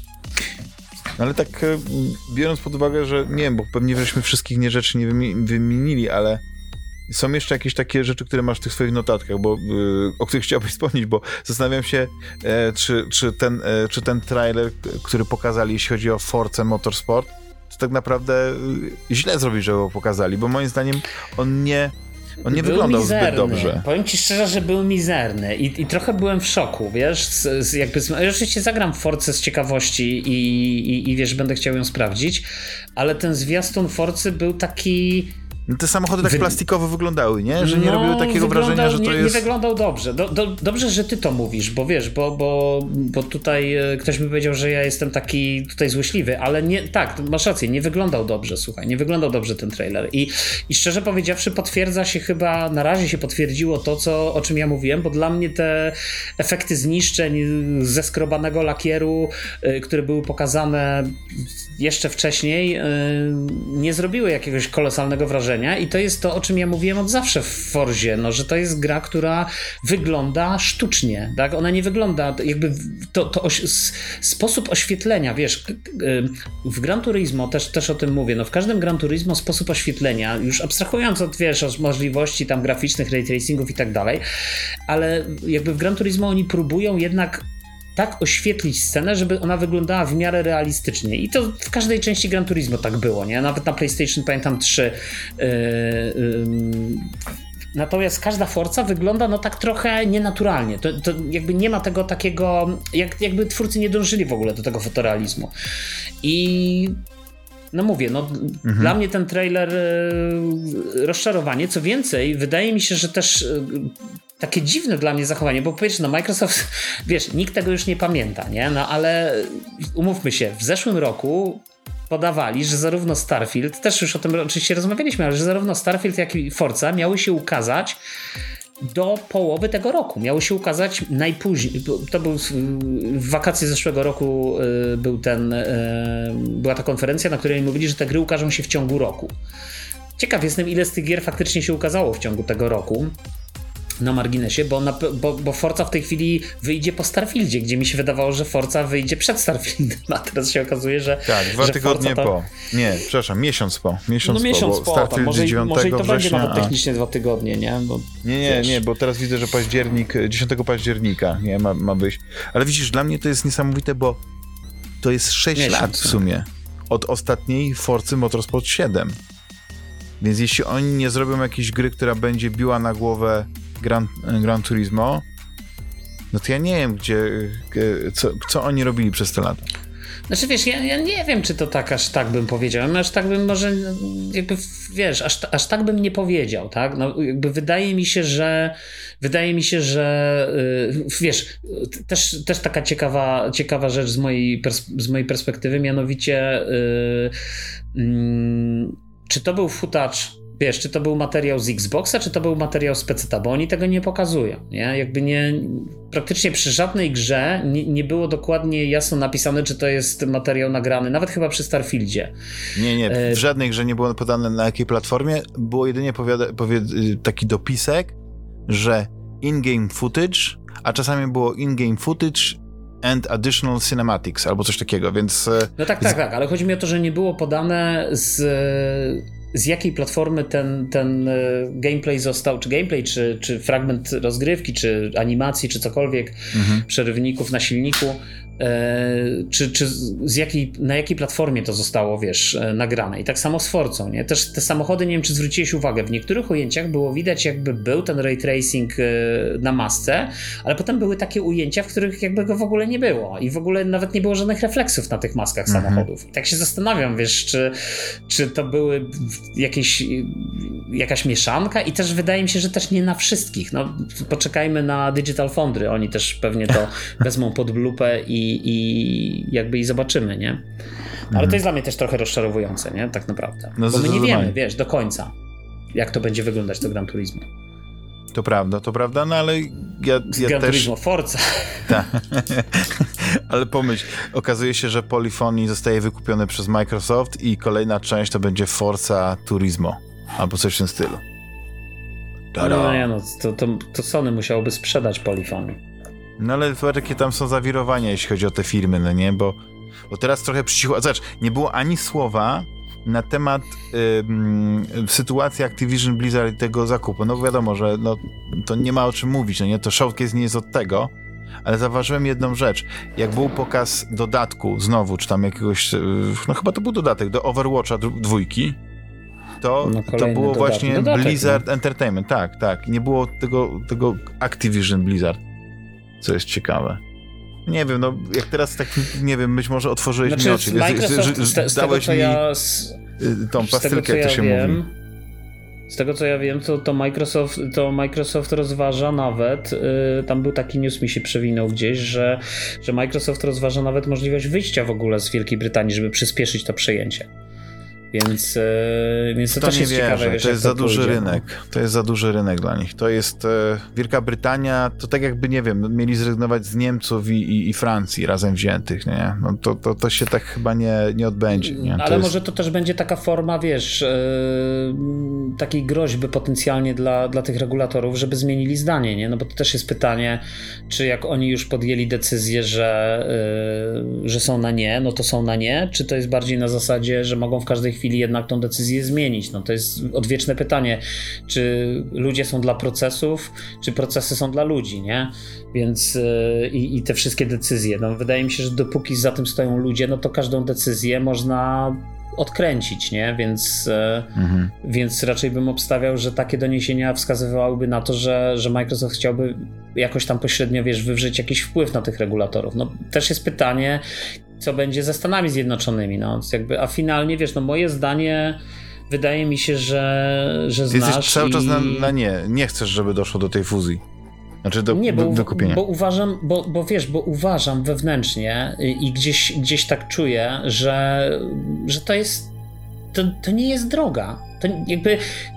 Ale tak biorąc pod uwagę, że nie wiem, bo pewnie żeśmy wszystkich nie rzeczy nie wymienili, ale są jeszcze jakieś takie rzeczy, które masz w tych swoich notatkach, bo, yy, o których chciałbyś wspomnieć, bo zastanawiam się, e, czy, czy, ten, e, czy ten trailer, który pokazali, jeśli chodzi o Forza Motorsport, to tak naprawdę y, źle zrobili, że go pokazali, bo moim zdaniem on nie, on nie wyglądał mizerny. Zbyt dobrze. Powiem ci szczerze, że był mizerny i, i trochę byłem w szoku, wiesz, z, z jakby, z, oczywiście zagram w Force z ciekawości i, i, i wiesz, będę chciał ją sprawdzić, ale ten zwiastun Forcy był taki... Te samochody tak Wy... plastikowo wyglądały, nie? Że nie no, robiły takiego wrażenia, że to nie, jest... Nie wyglądał dobrze. Do, do, dobrze, że ty to mówisz, bo wiesz, bo, bo, bo tutaj ktoś by powiedział, że ja jestem taki tutaj złośliwy, ale nie, tak, masz rację, nie wyglądał dobrze, słuchaj, nie wyglądał dobrze ten trailer. I, i szczerze powiedziawszy potwierdza się chyba, na razie się potwierdziło to, co, o czym ja mówiłem, bo dla mnie te efekty zniszczeń ze skrobanego lakieru, y, które były pokazane jeszcze wcześniej, y, nie zrobiły jakiegoś kolosalnego wrażenia. I to jest to, o czym ja mówiłem od zawsze w Forzie, no, że to jest gra, która wygląda sztucznie, tak? Ona nie wygląda, jakby to, to oś, sposób oświetlenia, wiesz, w Gran Turismo też, też o tym mówię, no w każdym Gran Turismo sposób oświetlenia, już abstrahując od, wiesz, od możliwości tam graficznych, ray tracingów i tak dalej, ale jakby w Gran Turismo oni próbują jednak tak oświetlić scenę, żeby ona wyglądała w miarę realistycznie. I to w każdej części Gran Turismo tak było, nie? Nawet na PlayStation, pamiętam, trzy. Yy, yy, natomiast każda Forza wygląda no tak trochę nienaturalnie. To, to jakby nie ma tego takiego, jak, jakby twórcy nie dążyli w ogóle do tego fotorealizmu. I no mówię, no mhm. dla mnie ten trailer yy, rozczarowanie. Co więcej, wydaje mi się, że też yy, takie dziwne dla mnie zachowanie, bo powiesz, no Microsoft, wiesz, nikt tego już nie pamięta, nie? No ale umówmy się, w zeszłym roku podawali, że zarówno Starfield, też już o tym oczywiście rozmawialiśmy, ale że zarówno Starfield, jak i Forza miały się ukazać do połowy tego roku. Miały się ukazać najpóźniej. To był w wakacje zeszłego roku był ten, była ta konferencja, na której mówili, że te gry ukażą się w ciągu roku. Ciekaw jestem, ile z tych gier faktycznie się ukazało w ciągu tego roku. Na marginesie, bo, na, bo, bo Forza w tej chwili wyjdzie po Starfieldzie, gdzie mi się wydawało, że Forza wyjdzie przed Starfieldem, a teraz się okazuje, że tak, dwa że tygodnie to... po. Nie, przepraszam, miesiąc po. Miesiąc no miesiąc po, po, Starfield może, dziewiątego może i to września, będzie nawet a... technicznie dwa tygodnie, nie? Bo, nie, nie, wiesz... nie, bo teraz widzę, że październik, dziesiątego października nie, ma, ma być. Ale widzisz, dla mnie to jest niesamowite, bo to jest sześć miesiąc, lat w sumie od ostatniej Forcy Motorsport siedem. Więc jeśli oni nie zrobią jakiejś gry, która będzie biła na głowę Gran, Gran Turismo, no to ja nie wiem, gdzie, co, co oni robili przez te lata. Znaczy wiesz, ja, ja nie wiem, czy to tak aż tak bym powiedział, aż tak bym może jakby, wiesz, aż, aż tak bym nie powiedział, tak? No jakby wydaje mi się, że wydaje mi się, że yy, wiesz, też, też taka ciekawa, ciekawa rzecz z mojej, pers- z mojej perspektywy, mianowicie yy, yy, czy to był footage, wiesz, czy to był materiał z Xboxa, czy to był materiał z peceta, bo oni tego nie pokazują, nie? Jakby nie, praktycznie przy żadnej grze nie, nie było dokładnie jasno napisane, czy to jest materiał nagrany, nawet chyba przy Starfieldzie. Nie, nie, w żadnej grze nie było podane na jakiej platformie, było jedynie powiada, powied, taki dopisek, że in-game footage, a czasami było in-game footage and additional cinematics, albo coś takiego, więc... No tak, tak, tak, ale chodzi mi o to, że nie było podane z, z jakiej platformy ten, ten gameplay został, czy gameplay, czy, czy fragment rozgrywki, czy animacji, czy cokolwiek, mhm. przerywników na silniku, czy, czy z jakiej, na jakiej platformie to zostało, wiesz, nagrane. I tak samo z Forzą, nie? Też te samochody, nie wiem, czy zwróciłeś uwagę, w niektórych ujęciach było widać, jakby był ten ray tracing na masce, ale potem były takie ujęcia, w których jakby go w ogóle nie było i w ogóle nawet nie było żadnych refleksów na tych maskach mhm. samochodów. I tak się zastanawiam, wiesz, czy, czy to były jakieś, jakaś mieszanka i też wydaje mi się, że też nie na wszystkich. No, poczekajmy na Digital Foundry, oni też pewnie to wezmą pod lupę i i jakby i zobaczymy, nie? Ale mhm. to jest dla mnie też trochę rozczarowujące, nie? Tak naprawdę. No, bo my nie wiemy, wiesz, do końca, jak to będzie wyglądać, to Gran Turismo. To prawda, to prawda, no ale ja, ja Gran też... Turismo, Forza. Tak. Ale pomyśl, okazuje się, że Polyphony zostaje wykupione przez Microsoft i kolejna część to będzie Forza Turismo, albo coś w tym stylu. Tada. No nie, no, to, to, to Sony musiałoby sprzedać Polyphony. No ale jakie tam są zawirowania, jeśli chodzi o te firmy, no nie? Bo, bo teraz trochę przycichło. Zobacz, nie było ani słowa na temat ym, sytuacji Activision Blizzard i tego zakupu. No wiadomo, że no, to nie ma o czym mówić, no nie? To showcase nie jest od tego, ale zauważyłem jedną rzecz. Jak był pokaz dodatku znowu, czy tam jakiegoś, no chyba to był dodatek do Overwatcha dwójki, to, no to było dodatek. właśnie dodatek, Blizzard no. Entertainment, tak, tak. Nie było tego, tego Activision Blizzard. Co jest ciekawe. Nie wiem, no jak teraz tak, nie wiem, być może otworzyłeś znaczy, mi oczy. Microsoft, z, z, z dałeś tego, mi ja, z, tą pastylkę, jak to się wiem, mówi. Z tego co ja wiem, to, to, Microsoft, to Microsoft rozważa nawet, yy, tam był taki news, mi się przewinął gdzieś, że, że Microsoft rozważa nawet możliwość wyjścia w ogóle z Wielkiej Brytanii, żeby przyspieszyć to przejęcie. Więc, yy, więc to, to też jest wierzę. ciekawe. Wiesz, to jest za to duży pójdzie, rynek. No. To jest za duży rynek dla nich. To jest e, Wielka Brytania, to tak jakby, nie wiem, mieli zrezygnować z Niemców i, i, i Francji razem wziętych, nie? No to, to, to się tak chyba nie, nie odbędzie. Nie? To Ale jest... może to też będzie taka forma, wiesz, yy, takiej groźby potencjalnie dla, dla tych regulatorów, żeby zmienili zdanie, nie? No bo to też jest pytanie, czy jak oni już podjęli decyzję, że, yy, że są na nie, no to są na nie, czy to jest bardziej na zasadzie, że mogą w każdej chwili jednak tą decyzję zmienić. No to jest odwieczne pytanie, czy ludzie są dla procesów, czy procesy są dla ludzi, nie? Więc yy, i te wszystkie decyzje. No wydaje mi się, że dopóki za tym stoją ludzie, no to każdą decyzję można odkręcić, nie? Więc, yy, mhm. więc raczej bym obstawiał, że takie doniesienia wskazywałyby na to, że, że Microsoft chciałby jakoś tam pośrednio, wiesz, wywrzeć jakiś wpływ na tych regulatorów. No też jest pytanie, co będzie ze Stanami Zjednoczonymi, no jakby, a finalnie, wiesz, no moje zdanie wydaje mi się, że, że znasz. Jesteś cały i... czas na, na nie, nie chcesz, żeby doszło do tej fuzji. Znaczy do, nie, bo, do, do kupienia. Bo uważam, bo, bo wiesz, bo uważam wewnętrznie i, i gdzieś, gdzieś tak czuję, że, że to jest, to, to nie jest droga. To jakby,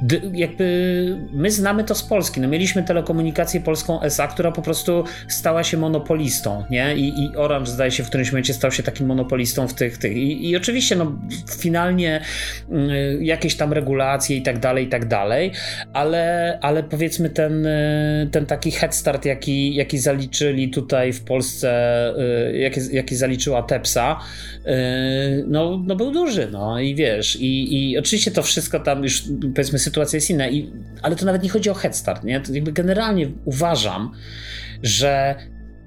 jakby my znamy to z Polski. No mieliśmy telekomunikację polską S A, która po prostu stała się monopolistą, nie? I, i Orange, zdaje się, w którymś momencie stał się takim monopolistą w tych, tych. I, i oczywiście, no finalnie y, jakieś tam regulacje i tak dalej, i tak dalej, ale, ale powiedzmy ten, y, ten taki head start, jaki, jaki zaliczyli tutaj w Polsce, y, jaki, jaki zaliczyła Tepsa, y, no, no był duży, no i wiesz, i, i oczywiście to wszystko tam już, powiedzmy, sytuacja jest inna, i, ale to nawet nie chodzi o head start, nie? To jakby generalnie uważam, że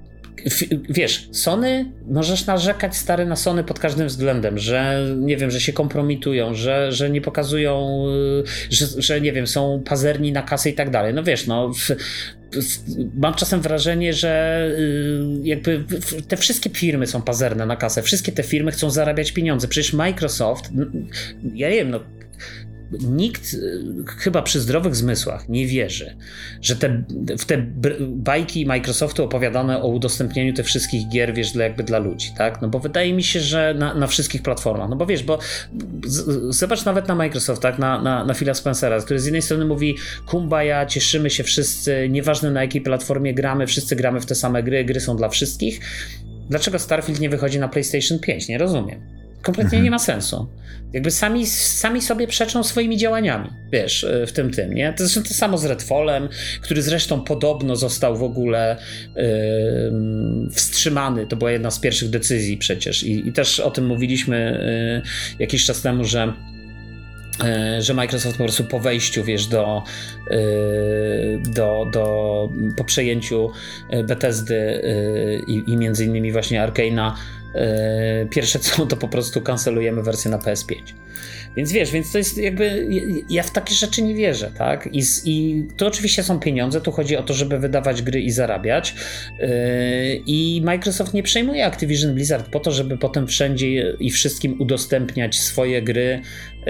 wiesz, Sony, możesz narzekać, stary, na Sony pod każdym względem, że nie wiem, że się kompromitują, że, że nie pokazują, że, że nie wiem, są pazerni na kasę i tak dalej. No wiesz, no w, mam czasem wrażenie, że jakby te wszystkie firmy są pazerne na kasę, wszystkie te firmy chcą zarabiać pieniądze. Przecież Microsoft, ja nie wiem, no nikt chyba przy zdrowych zmysłach nie wierzy, że te, w te bajki Microsoftu opowiadane o udostępnieniu tych wszystkich gier, wiesz, dla, jakby dla ludzi, tak? No bo wydaje mi się, że na, na wszystkich platformach, no bo wiesz, bo z, zobacz nawet na Microsoft, tak? Na, na, na Phila Spencera, który z jednej strony mówi kumbaya, cieszymy się wszyscy, nieważne na jakiej platformie gramy, wszyscy gramy w te same gry, gry są dla wszystkich. Dlaczego Starfield nie wychodzi na PlayStation pięć? Nie rozumiem. kompletnie mhm. nie ma sensu. Jakby sami, sami sobie przeczą swoimi działaniami, wiesz, w tym tym, nie? To zresztą to samo z Redfallem, który zresztą podobno został w ogóle yy, wstrzymany. To była jedna z pierwszych decyzji przecież i, i też o tym mówiliśmy yy, jakiś czas temu, że że Microsoft po prostu po wejściu, wiesz, do, do, do po przejęciu Bethesdy i, i między innymi właśnie Arcane'a, pierwsze co, to po prostu kancelujemy wersję na P S pięć. Więc wiesz, więc to jest jakby, ja w takie rzeczy nie wierzę, tak? I, i to oczywiście są pieniądze, tu chodzi o to, żeby wydawać gry i zarabiać yy, i Microsoft nie przejmuje Activision Blizzard po to, żeby potem wszędzie i wszystkim udostępniać swoje gry yy,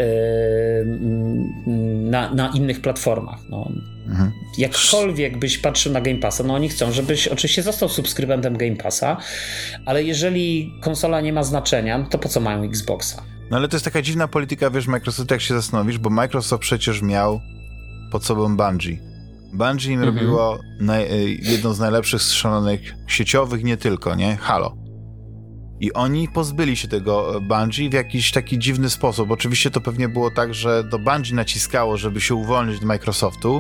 na, na innych platformach. No. Mhm. Jakkolwiek byś patrzył na Game Passa, no oni chcą, żebyś oczywiście został subskrybentem Game Passa, ale jeżeli konsola nie ma znaczenia, to po co mają Xboxa? No ale to jest taka dziwna polityka, wiesz, Microsoft, jak się zastanowisz, bo Microsoft przecież miał pod sobą Bungie. Bungie im mhm. robiło naj, jedną z najlepszych strzelonych sieciowych, nie tylko, nie? Halo. I oni pozbyli się tego Bungie w jakiś taki dziwny sposób. Oczywiście to pewnie było tak, że to Bungie naciskało, żeby się uwolnić od Microsoftu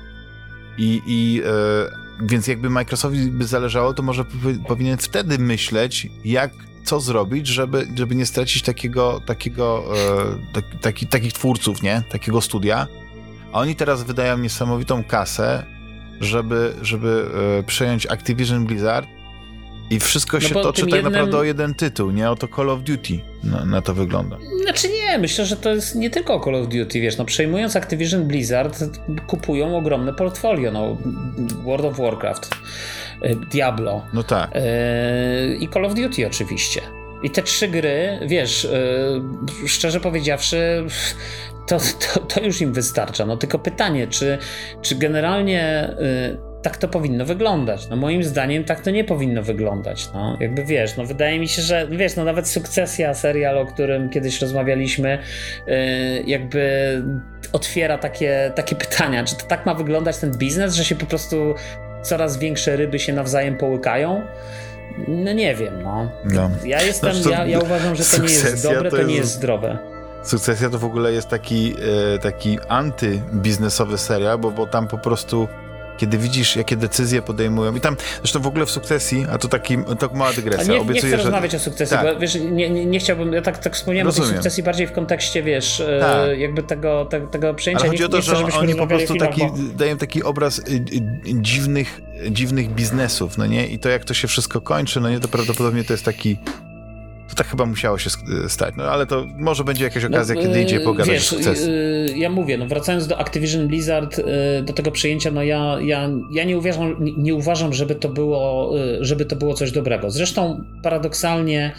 i, i e, więc jakby Microsoftowi by zależało, to może p- powinien wtedy myśleć, jak co zrobić, żeby, żeby nie stracić takiego, takiego e, tak, taki, takich twórców, nie? Takiego studia. A oni teraz wydają niesamowitą kasę, żeby, żeby e, przejąć Activision Blizzard i wszystko się no toczy tak jednym... naprawdę o jeden tytuł, nie? O to Call of Duty na, na to wygląda. Znaczy nie, myślę, że to jest nie tylko Call of Duty, wiesz, no przejmując Activision Blizzard kupują ogromne portfolio, no World of Warcraft, Diablo. No tak. Yy, i Call of Duty oczywiście. I te trzy gry, wiesz, yy, szczerze powiedziawszy, to, to, to już im wystarcza. No tylko pytanie, czy, czy generalnie yy, tak to powinno wyglądać? No moim zdaniem tak to nie powinno wyglądać. No jakby wiesz, no wydaje mi się, że wiesz, no nawet Sukcesja, serial, o którym kiedyś rozmawialiśmy, yy, jakby otwiera takie, takie pytania, czy to tak ma wyglądać ten biznes, że się po prostu coraz większe ryby się nawzajem połykają? No nie wiem, no. no. Ja jestem, znaczy ja, ja uważam, że to nie jest dobre, to, to nie jest, jest zdrowe. Sukcesja to w ogóle jest taki, e, taki antybiznesowy serial, bo, bo tam po prostu kiedy widzisz, jakie decyzje podejmują i tam, zresztą w ogóle w Sukcesji, a to taki, to mała dygresja. A nie, Obiecuję, nie chcę że... rozmawiać o Sukcesji, tak. bo wiesz, nie, nie, nie chciałbym, ja tak, tak wspomniałem Rozumiem. o tej Sukcesji bardziej w kontekście, wiesz, tak. e, jakby tego, te, tego przejęcia. Ale chodzi nie, o to, nie że chcę, oni po prostu filmach, taki, bo... dają taki obraz y, y, dziwnych, dziwnych biznesów, no nie? I to jak to się wszystko kończy, no nie, to prawdopodobnie to jest taki to tak chyba musiało się stać, no ale to może będzie jakaś okazja, no, kiedy idzie pogadać wiesz, sukces. Ja mówię, no wracając do Activision Blizzard, do tego przejęcia, no ja, ja, ja nie uważam, nie uważam, żeby to było, żeby to było coś dobrego. Zresztą paradoksalnie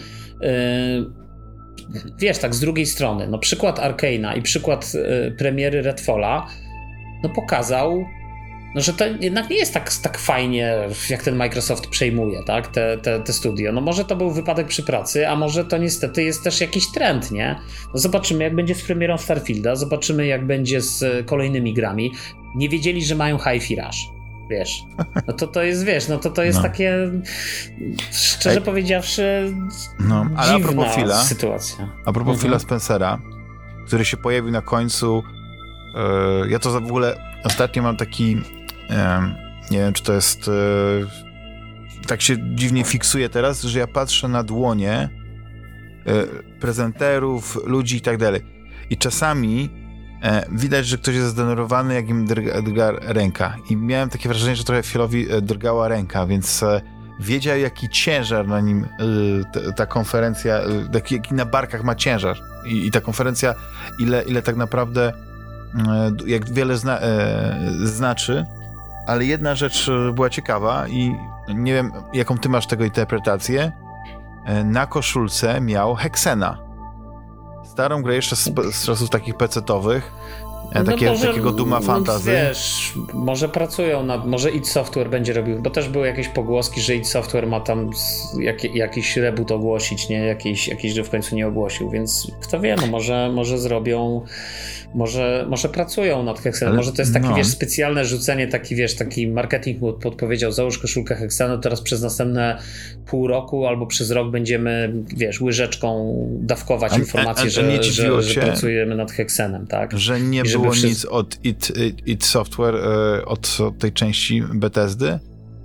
wiesz, tak z drugiej strony, no przykład Arcane'a i przykład premiery Redfalla no pokazał, no, że to jednak nie jest tak, tak fajnie, jak ten Microsoft przejmuje, tak, te, te, te studio. No może to był wypadek przy pracy, a może to niestety jest też jakiś trend, nie? No zobaczymy, jak będzie z premierą Starfielda, zobaczymy, jak będzie z kolejnymi grami. Nie wiedzieli, że mają Hi-Fi Rush, wiesz. No to to jest, wiesz, no to to jest no. takie, szczerze Ej. powiedziawszy, no, ale dziwna a propos Phila, sytuacja. A propos mhm. Phila Spencera, który się pojawił na końcu, yy, ja to w ogóle ostatnio mam taki nie wiem, czy to jest tak się dziwnie fiksuje teraz, że ja patrzę na dłonie prezenterów, ludzi i tak dalej. I czasami widać, że ktoś jest zdenerwowany, jak im drga, drga ręka. I miałem takie wrażenie, że trochę Philowi drgała ręka, więc wiedział, jaki ciężar na nim ta, ta konferencja, jaki, jaki na barkach ma ciężar. I, i ta konferencja, ile, ile tak naprawdę jak wiele zna, znaczy. Ale jedna rzecz była ciekawa i nie wiem, jaką ty masz tego interpretację. Na koszulce miał Hexena. Starą grę jeszcze z, z czasów takich pecetowych. No takie, może, takiego Duma Fantasy. Wiesz, może pracują nad, może id Software będzie robił, bo też były jakieś pogłoski, że id Software ma tam jak, jakiś reboot ogłosić, nie? Jakiś, jakiś, że w końcu nie ogłosił, więc kto wie, no może, może zrobią, może, może pracują nad Hexenem, może to jest taki, no. wiesz, specjalne rzucenie, taki, wiesz, taki marketing mu podpowiedział, załóż koszulkę Hexenu, teraz przez następne pół roku albo przez rok będziemy, wiesz, łyżeczką dawkować a, informacje, a, a, że, że, że pracujemy nad Hexenem, tak? Że nie było przez... nic od id, id Software, od tej części Bethesdy?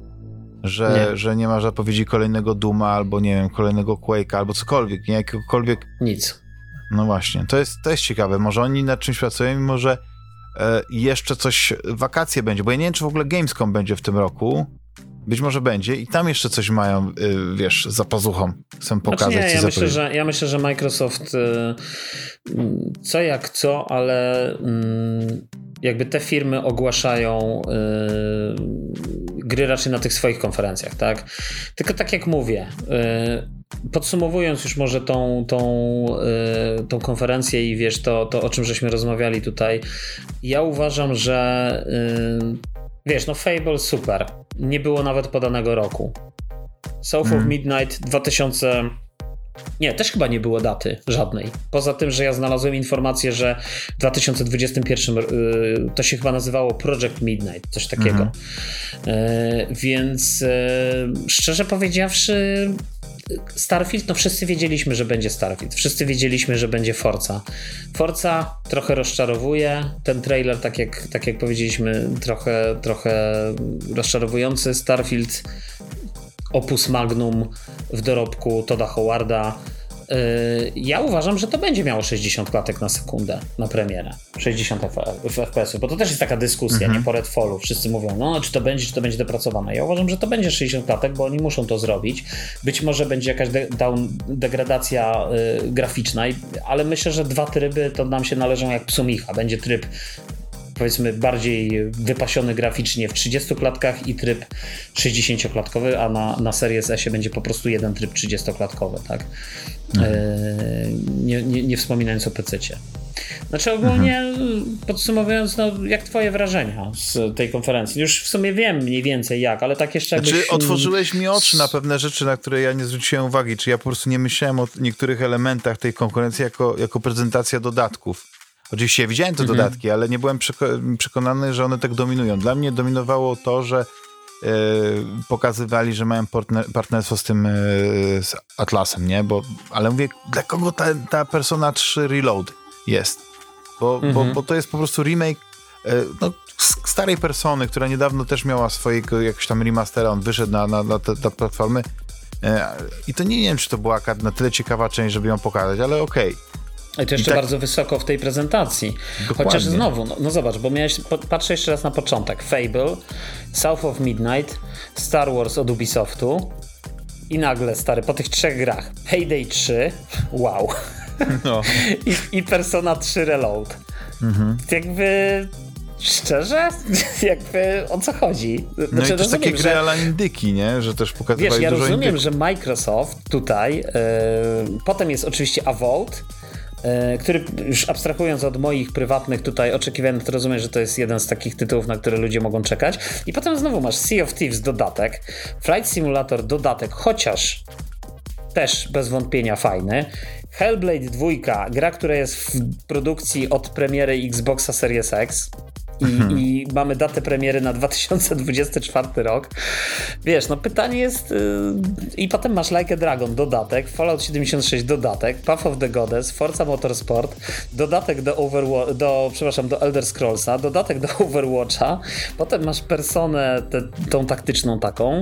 Że nie. że nie ma zapowiedzi kolejnego Duma, albo nie wiem, kolejnego Quake'a, albo cokolwiek, nie? Jakiegokolwiek... Nic. No właśnie, to jest, to jest ciekawe. Może oni nad czymś pracują i może e, jeszcze coś, wakacje będzie, bo ja nie wiem, czy w ogóle Gamescom będzie w tym roku. Być może będzie i tam jeszcze coś mają, y, wiesz, za pazuchą. Chcę pokazać. Znaczy nie, ja, myślę, myślę, że, ja myślę, że Microsoft y, co jak co, ale y, jakby te firmy ogłaszają y, gry raczej na tych swoich konferencjach, tak? Tylko tak jak mówię, y, podsumowując już może tą, tą, y, tą konferencję i wiesz, to, to o czym żeśmy rozmawiali tutaj, ja uważam, że y, wiesz, no Fable super. Nie było nawet podanego roku. South mm. of Midnight dwa tysiące... Nie, też chyba nie było daty żadnej. Poza tym, że ja znalazłem informację, że w dwa tysiące dwudziestym pierwszym yy, to się chyba nazywało Project Midnight, coś takiego. Mm-hmm. Yy, więc yy, szczerze powiedziawszy, Starfield, no wszyscy wiedzieliśmy, że będzie Starfield. Wszyscy wiedzieliśmy, że będzie Forza. Forza trochę rozczarowuje. Ten trailer, tak jak, tak jak powiedzieliśmy, trochę, trochę rozczarowujący. Starfield, opus magnum w dorobku Todda Howarda. Ja uważam, że to będzie miało sześćdziesiąt klatek na sekundę na premierę. sześćdziesiąt F P S-ów, bo to też jest taka dyskusja, mhm. nie po Redfallu. Wszyscy mówią, no czy to będzie, czy to będzie dopracowane. Ja uważam, że to będzie sześćdziesiąt klatek, bo oni muszą to zrobić. Być może będzie jakaś de- down, degradacja y, graficzna, ale myślę, że dwa tryby to nam się należą jak psu Micha. Będzie tryb powiedzmy bardziej wypasiony graficznie w trzydziestu klatkach i tryb sześćdziesięcioklatkowy, a na, na Series S będzie po prostu jeden tryb trzydziestoklatkowy, tak? Mhm. E, nie, nie, nie wspominając o pececie. Znaczy ogólnie mhm. podsumowując, no jak twoje wrażenia z tej konferencji? Już w sumie wiem mniej więcej jak, ale tak jeszcze jakbyś... Znaczy otworzyłeś mi oczy na pewne rzeczy, na które ja nie zwróciłem uwagi, czy ja po prostu nie myślałem o niektórych elementach tej konferencji jako, jako prezentacja dodatków. Oczywiście ja widziałem te mhm. dodatki, ale nie byłem przeko- przekonany, że one tak dominują. Dla mnie dominowało to, że e, pokazywali, że mają partner- partnerstwo z tym e, z Atlasem, nie? Bo, ale mówię, dla kogo ta, ta Persona trzy Reload jest? Bo, mhm. bo, bo to jest po prostu remake e, no, starej Persony, która niedawno też miała swojego jakoś tam remastera, on wyszedł na, na, na te, te platformy e, i to nie, nie wiem, czy to była na tyle ciekawa część, żeby ją pokazać, ale okej. Okay. I to jeszcze I tak... bardzo wysoko w tej prezentacji. Dokładnie. Chociaż znowu, no, no zobacz, bo miałeś, patrzę jeszcze raz na początek. Fable, South of Midnight, Star Wars od Ubisoftu i nagle, stary, po tych trzech grach Payday trzy, wow. No. I, I Persona trzy Reload. Mhm. Jakby... Szczerze? Jakby o co chodzi? Znaczy, no i też takie gry ala indyki, nie? Że też pokazywali wiesz, ja dużo rozumiem, indyków. że Microsoft tutaj yy, potem jest oczywiście Avowed, yy, który już abstrahując od moich prywatnych tutaj oczekiwań, to rozumiem, że to jest jeden z takich tytułów, na które ludzie mogą czekać. I potem znowu masz Sea of Thieves dodatek, Flight Simulator dodatek, chociaż też bez wątpienia fajny. Hellblade dwa, gra, która jest w produkcji od premiery Xboxa Series X. I, mhm. I mamy datę premiery na dwa tysiące dwudziesty czwarty rok. Wiesz, no pytanie jest... Yy, I potem masz Like a Dragon, dodatek, Fallout siedemdziesiąt sześć, dodatek, Path of the Goddess, Forza Motorsport, dodatek do, Overwa- do, przepraszam, do Elder Scrollsa, dodatek do Overwatcha, potem masz Personę, te, tą taktyczną taką.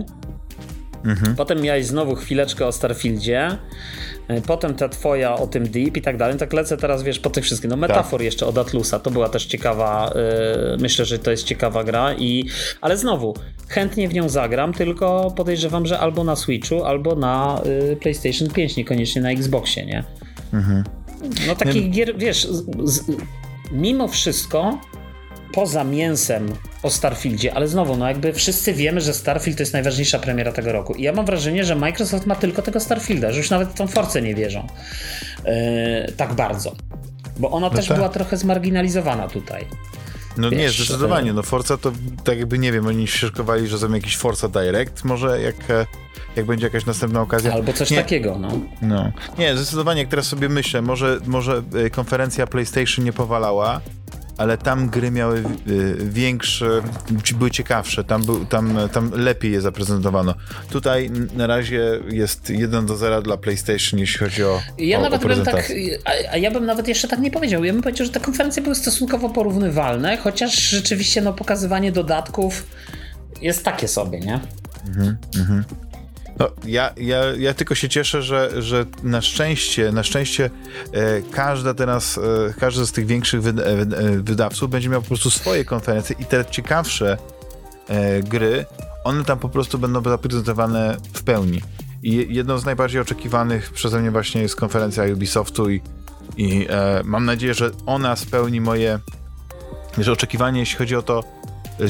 Mhm. Potem miałeś znowu chwileczkę o Starfieldzie, potem ta twoja o tym Deep i tak dalej. Tak lecę teraz, wiesz, po tych wszystkich. No Metafor tak. jeszcze od Atlusa, to była też ciekawa, yy, myślę, że to jest ciekawa gra, i ale znowu, chętnie w nią zagram, tylko podejrzewam, że albo na Switchu, albo na yy, PlayStation pięć, niekoniecznie na Xboxie, nie? Mhm. No takich Nie... gier, wiesz, z, z, mimo wszystko poza mięsem o Starfieldzie, ale znowu, no jakby wszyscy wiemy, że Starfield to jest najważniejsza premiera tego roku. I ja mam wrażenie, że Microsoft ma tylko tego Starfielda, że już nawet w tą Forcę nie wierzą. Yy, tak bardzo. Bo ona no też tak. była trochę zmarginalizowana tutaj. No Wiesz, nie, zdecydowanie. No Forza to tak jakby, nie wiem, oni szykowali, że zrobią jakiś Forza Direct, może jak, jak będzie jakaś następna okazja. Albo coś nie, takiego, no. no. Nie, zdecydowanie, jak teraz sobie myślę, może, może konferencja PlayStation nie powalała, ale tam gry miały większe, były ciekawsze, tam, był, tam, tam lepiej je zaprezentowano. Tutaj na razie jest jeden do zera dla PlayStation, jeśli chodzi o Ja o, nawet o bym tak, a, a ja bym nawet jeszcze tak nie powiedział. Ja bym powiedział, że te konferencje były stosunkowo porównywalne, chociaż rzeczywiście no, pokazywanie dodatków jest takie sobie, nie? Mhm, mhm. No, ja, ja, ja tylko się cieszę, że, że na szczęście, na szczęście e, każda teraz, e, każdy z tych większych wyda, e, wydawców będzie miał po prostu swoje konferencje i te ciekawsze e, gry, one tam po prostu będą zaprezentowane w pełni. I jedną z najbardziej oczekiwanych przeze mnie właśnie jest konferencja Ubisoftu i, i e, mam nadzieję, że ona spełni moje że oczekiwanie, jeśli chodzi o to, e,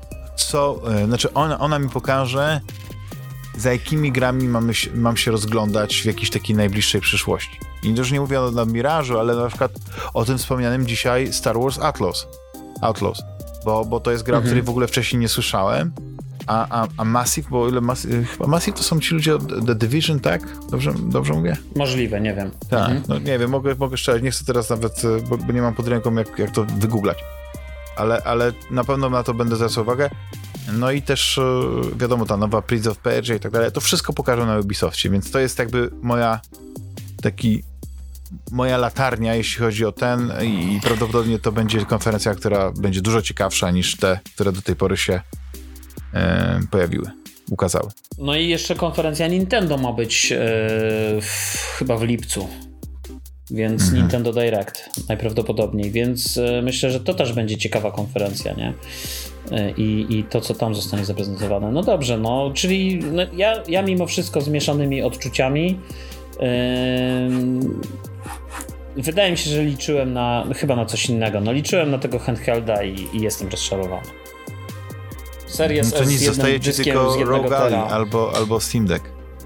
co, e, znaczy ona, ona mi pokaże, za jakimi grami mamy się, mam się rozglądać w jakiejś takiej najbliższej przyszłości. I już nie mówię o Mirage'u, ale na przykład o tym wspomnianym dzisiaj Star Wars Outlaws. Outlaws. Bo, bo to jest gra, mhm. o której w ogóle wcześniej nie słyszałem. A, a, a Massive, bo ile Massive, chyba Massive to są ci ludzie od The Division, tak? Dobrze, dobrze mówię? Możliwe, nie wiem. Tak, mhm. no nie wiem, mogę, mogę szczerze, nie chcę teraz nawet, bo, bo nie mam pod ręką jak, jak to wygooglać. Ale, ale na pewno na to będę zwracał uwagę. No i też wiadomo, ta nowa Prince of Persia i tak dalej, to wszystko pokażę na Ubisoftie, więc to jest jakby moja taki moja latarnia, jeśli chodzi o ten i, i prawdopodobnie to będzie konferencja, która będzie dużo ciekawsza niż te, które do tej pory się e, pojawiły, ukazały. No i jeszcze konferencja Nintendo ma być e, w, chyba w lipcu. Więc mhm. Nintendo Direct najprawdopodobniej, więc e, myślę, że to też będzie ciekawa konferencja, nie? E, i, I to, co tam zostanie zaprezentowane. No dobrze, no, czyli no, ja, ja mimo wszystko z mieszanymi odczuciami e, wydaje mi się, że liczyłem na, chyba na coś innego, no liczyłem na tego handhelda i, i jestem rozczarowany. Series no to S nic, z zostaje ci tylko Rogue Ally albo, albo Steam Deck.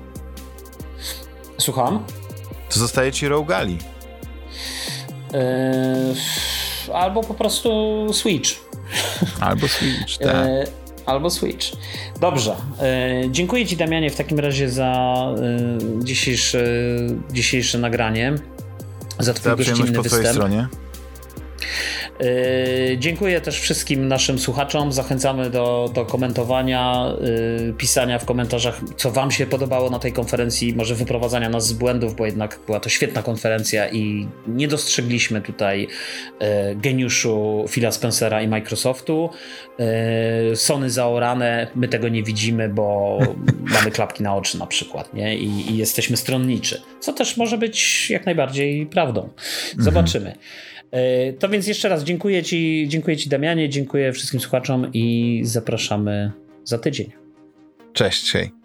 Słucham? To zostaje ci Rogue Ally. Yy, albo po prostu Switch. Albo Switch, tak. Yy, albo Switch. Dobrze. Yy, dziękuję ci, Damianie, w takim razie za yy, dzisiejsze, dzisiejsze nagranie. Za twój gościnny po występ. Stronie. Yy, dziękuję też wszystkim naszym słuchaczom. Zachęcamy do, do komentowania, yy, pisania w komentarzach, co wam się podobało na tej konferencji, może wyprowadzania nas z błędów, bo jednak była to świetna konferencja i nie dostrzegliśmy tutaj yy, geniuszu Phila Spencera i Microsoftu. Yy, Sony zaorane, my tego nie widzimy, bo mamy klapki na oczy na przykład, nie? I, i jesteśmy stronniczy, co też może być jak najbardziej prawdą. Zobaczymy. Mhm. To więc jeszcze raz dziękuję ci, dziękuję ci, Damianie, dziękuję wszystkim słuchaczom i zapraszamy za tydzień. Cześć, hej.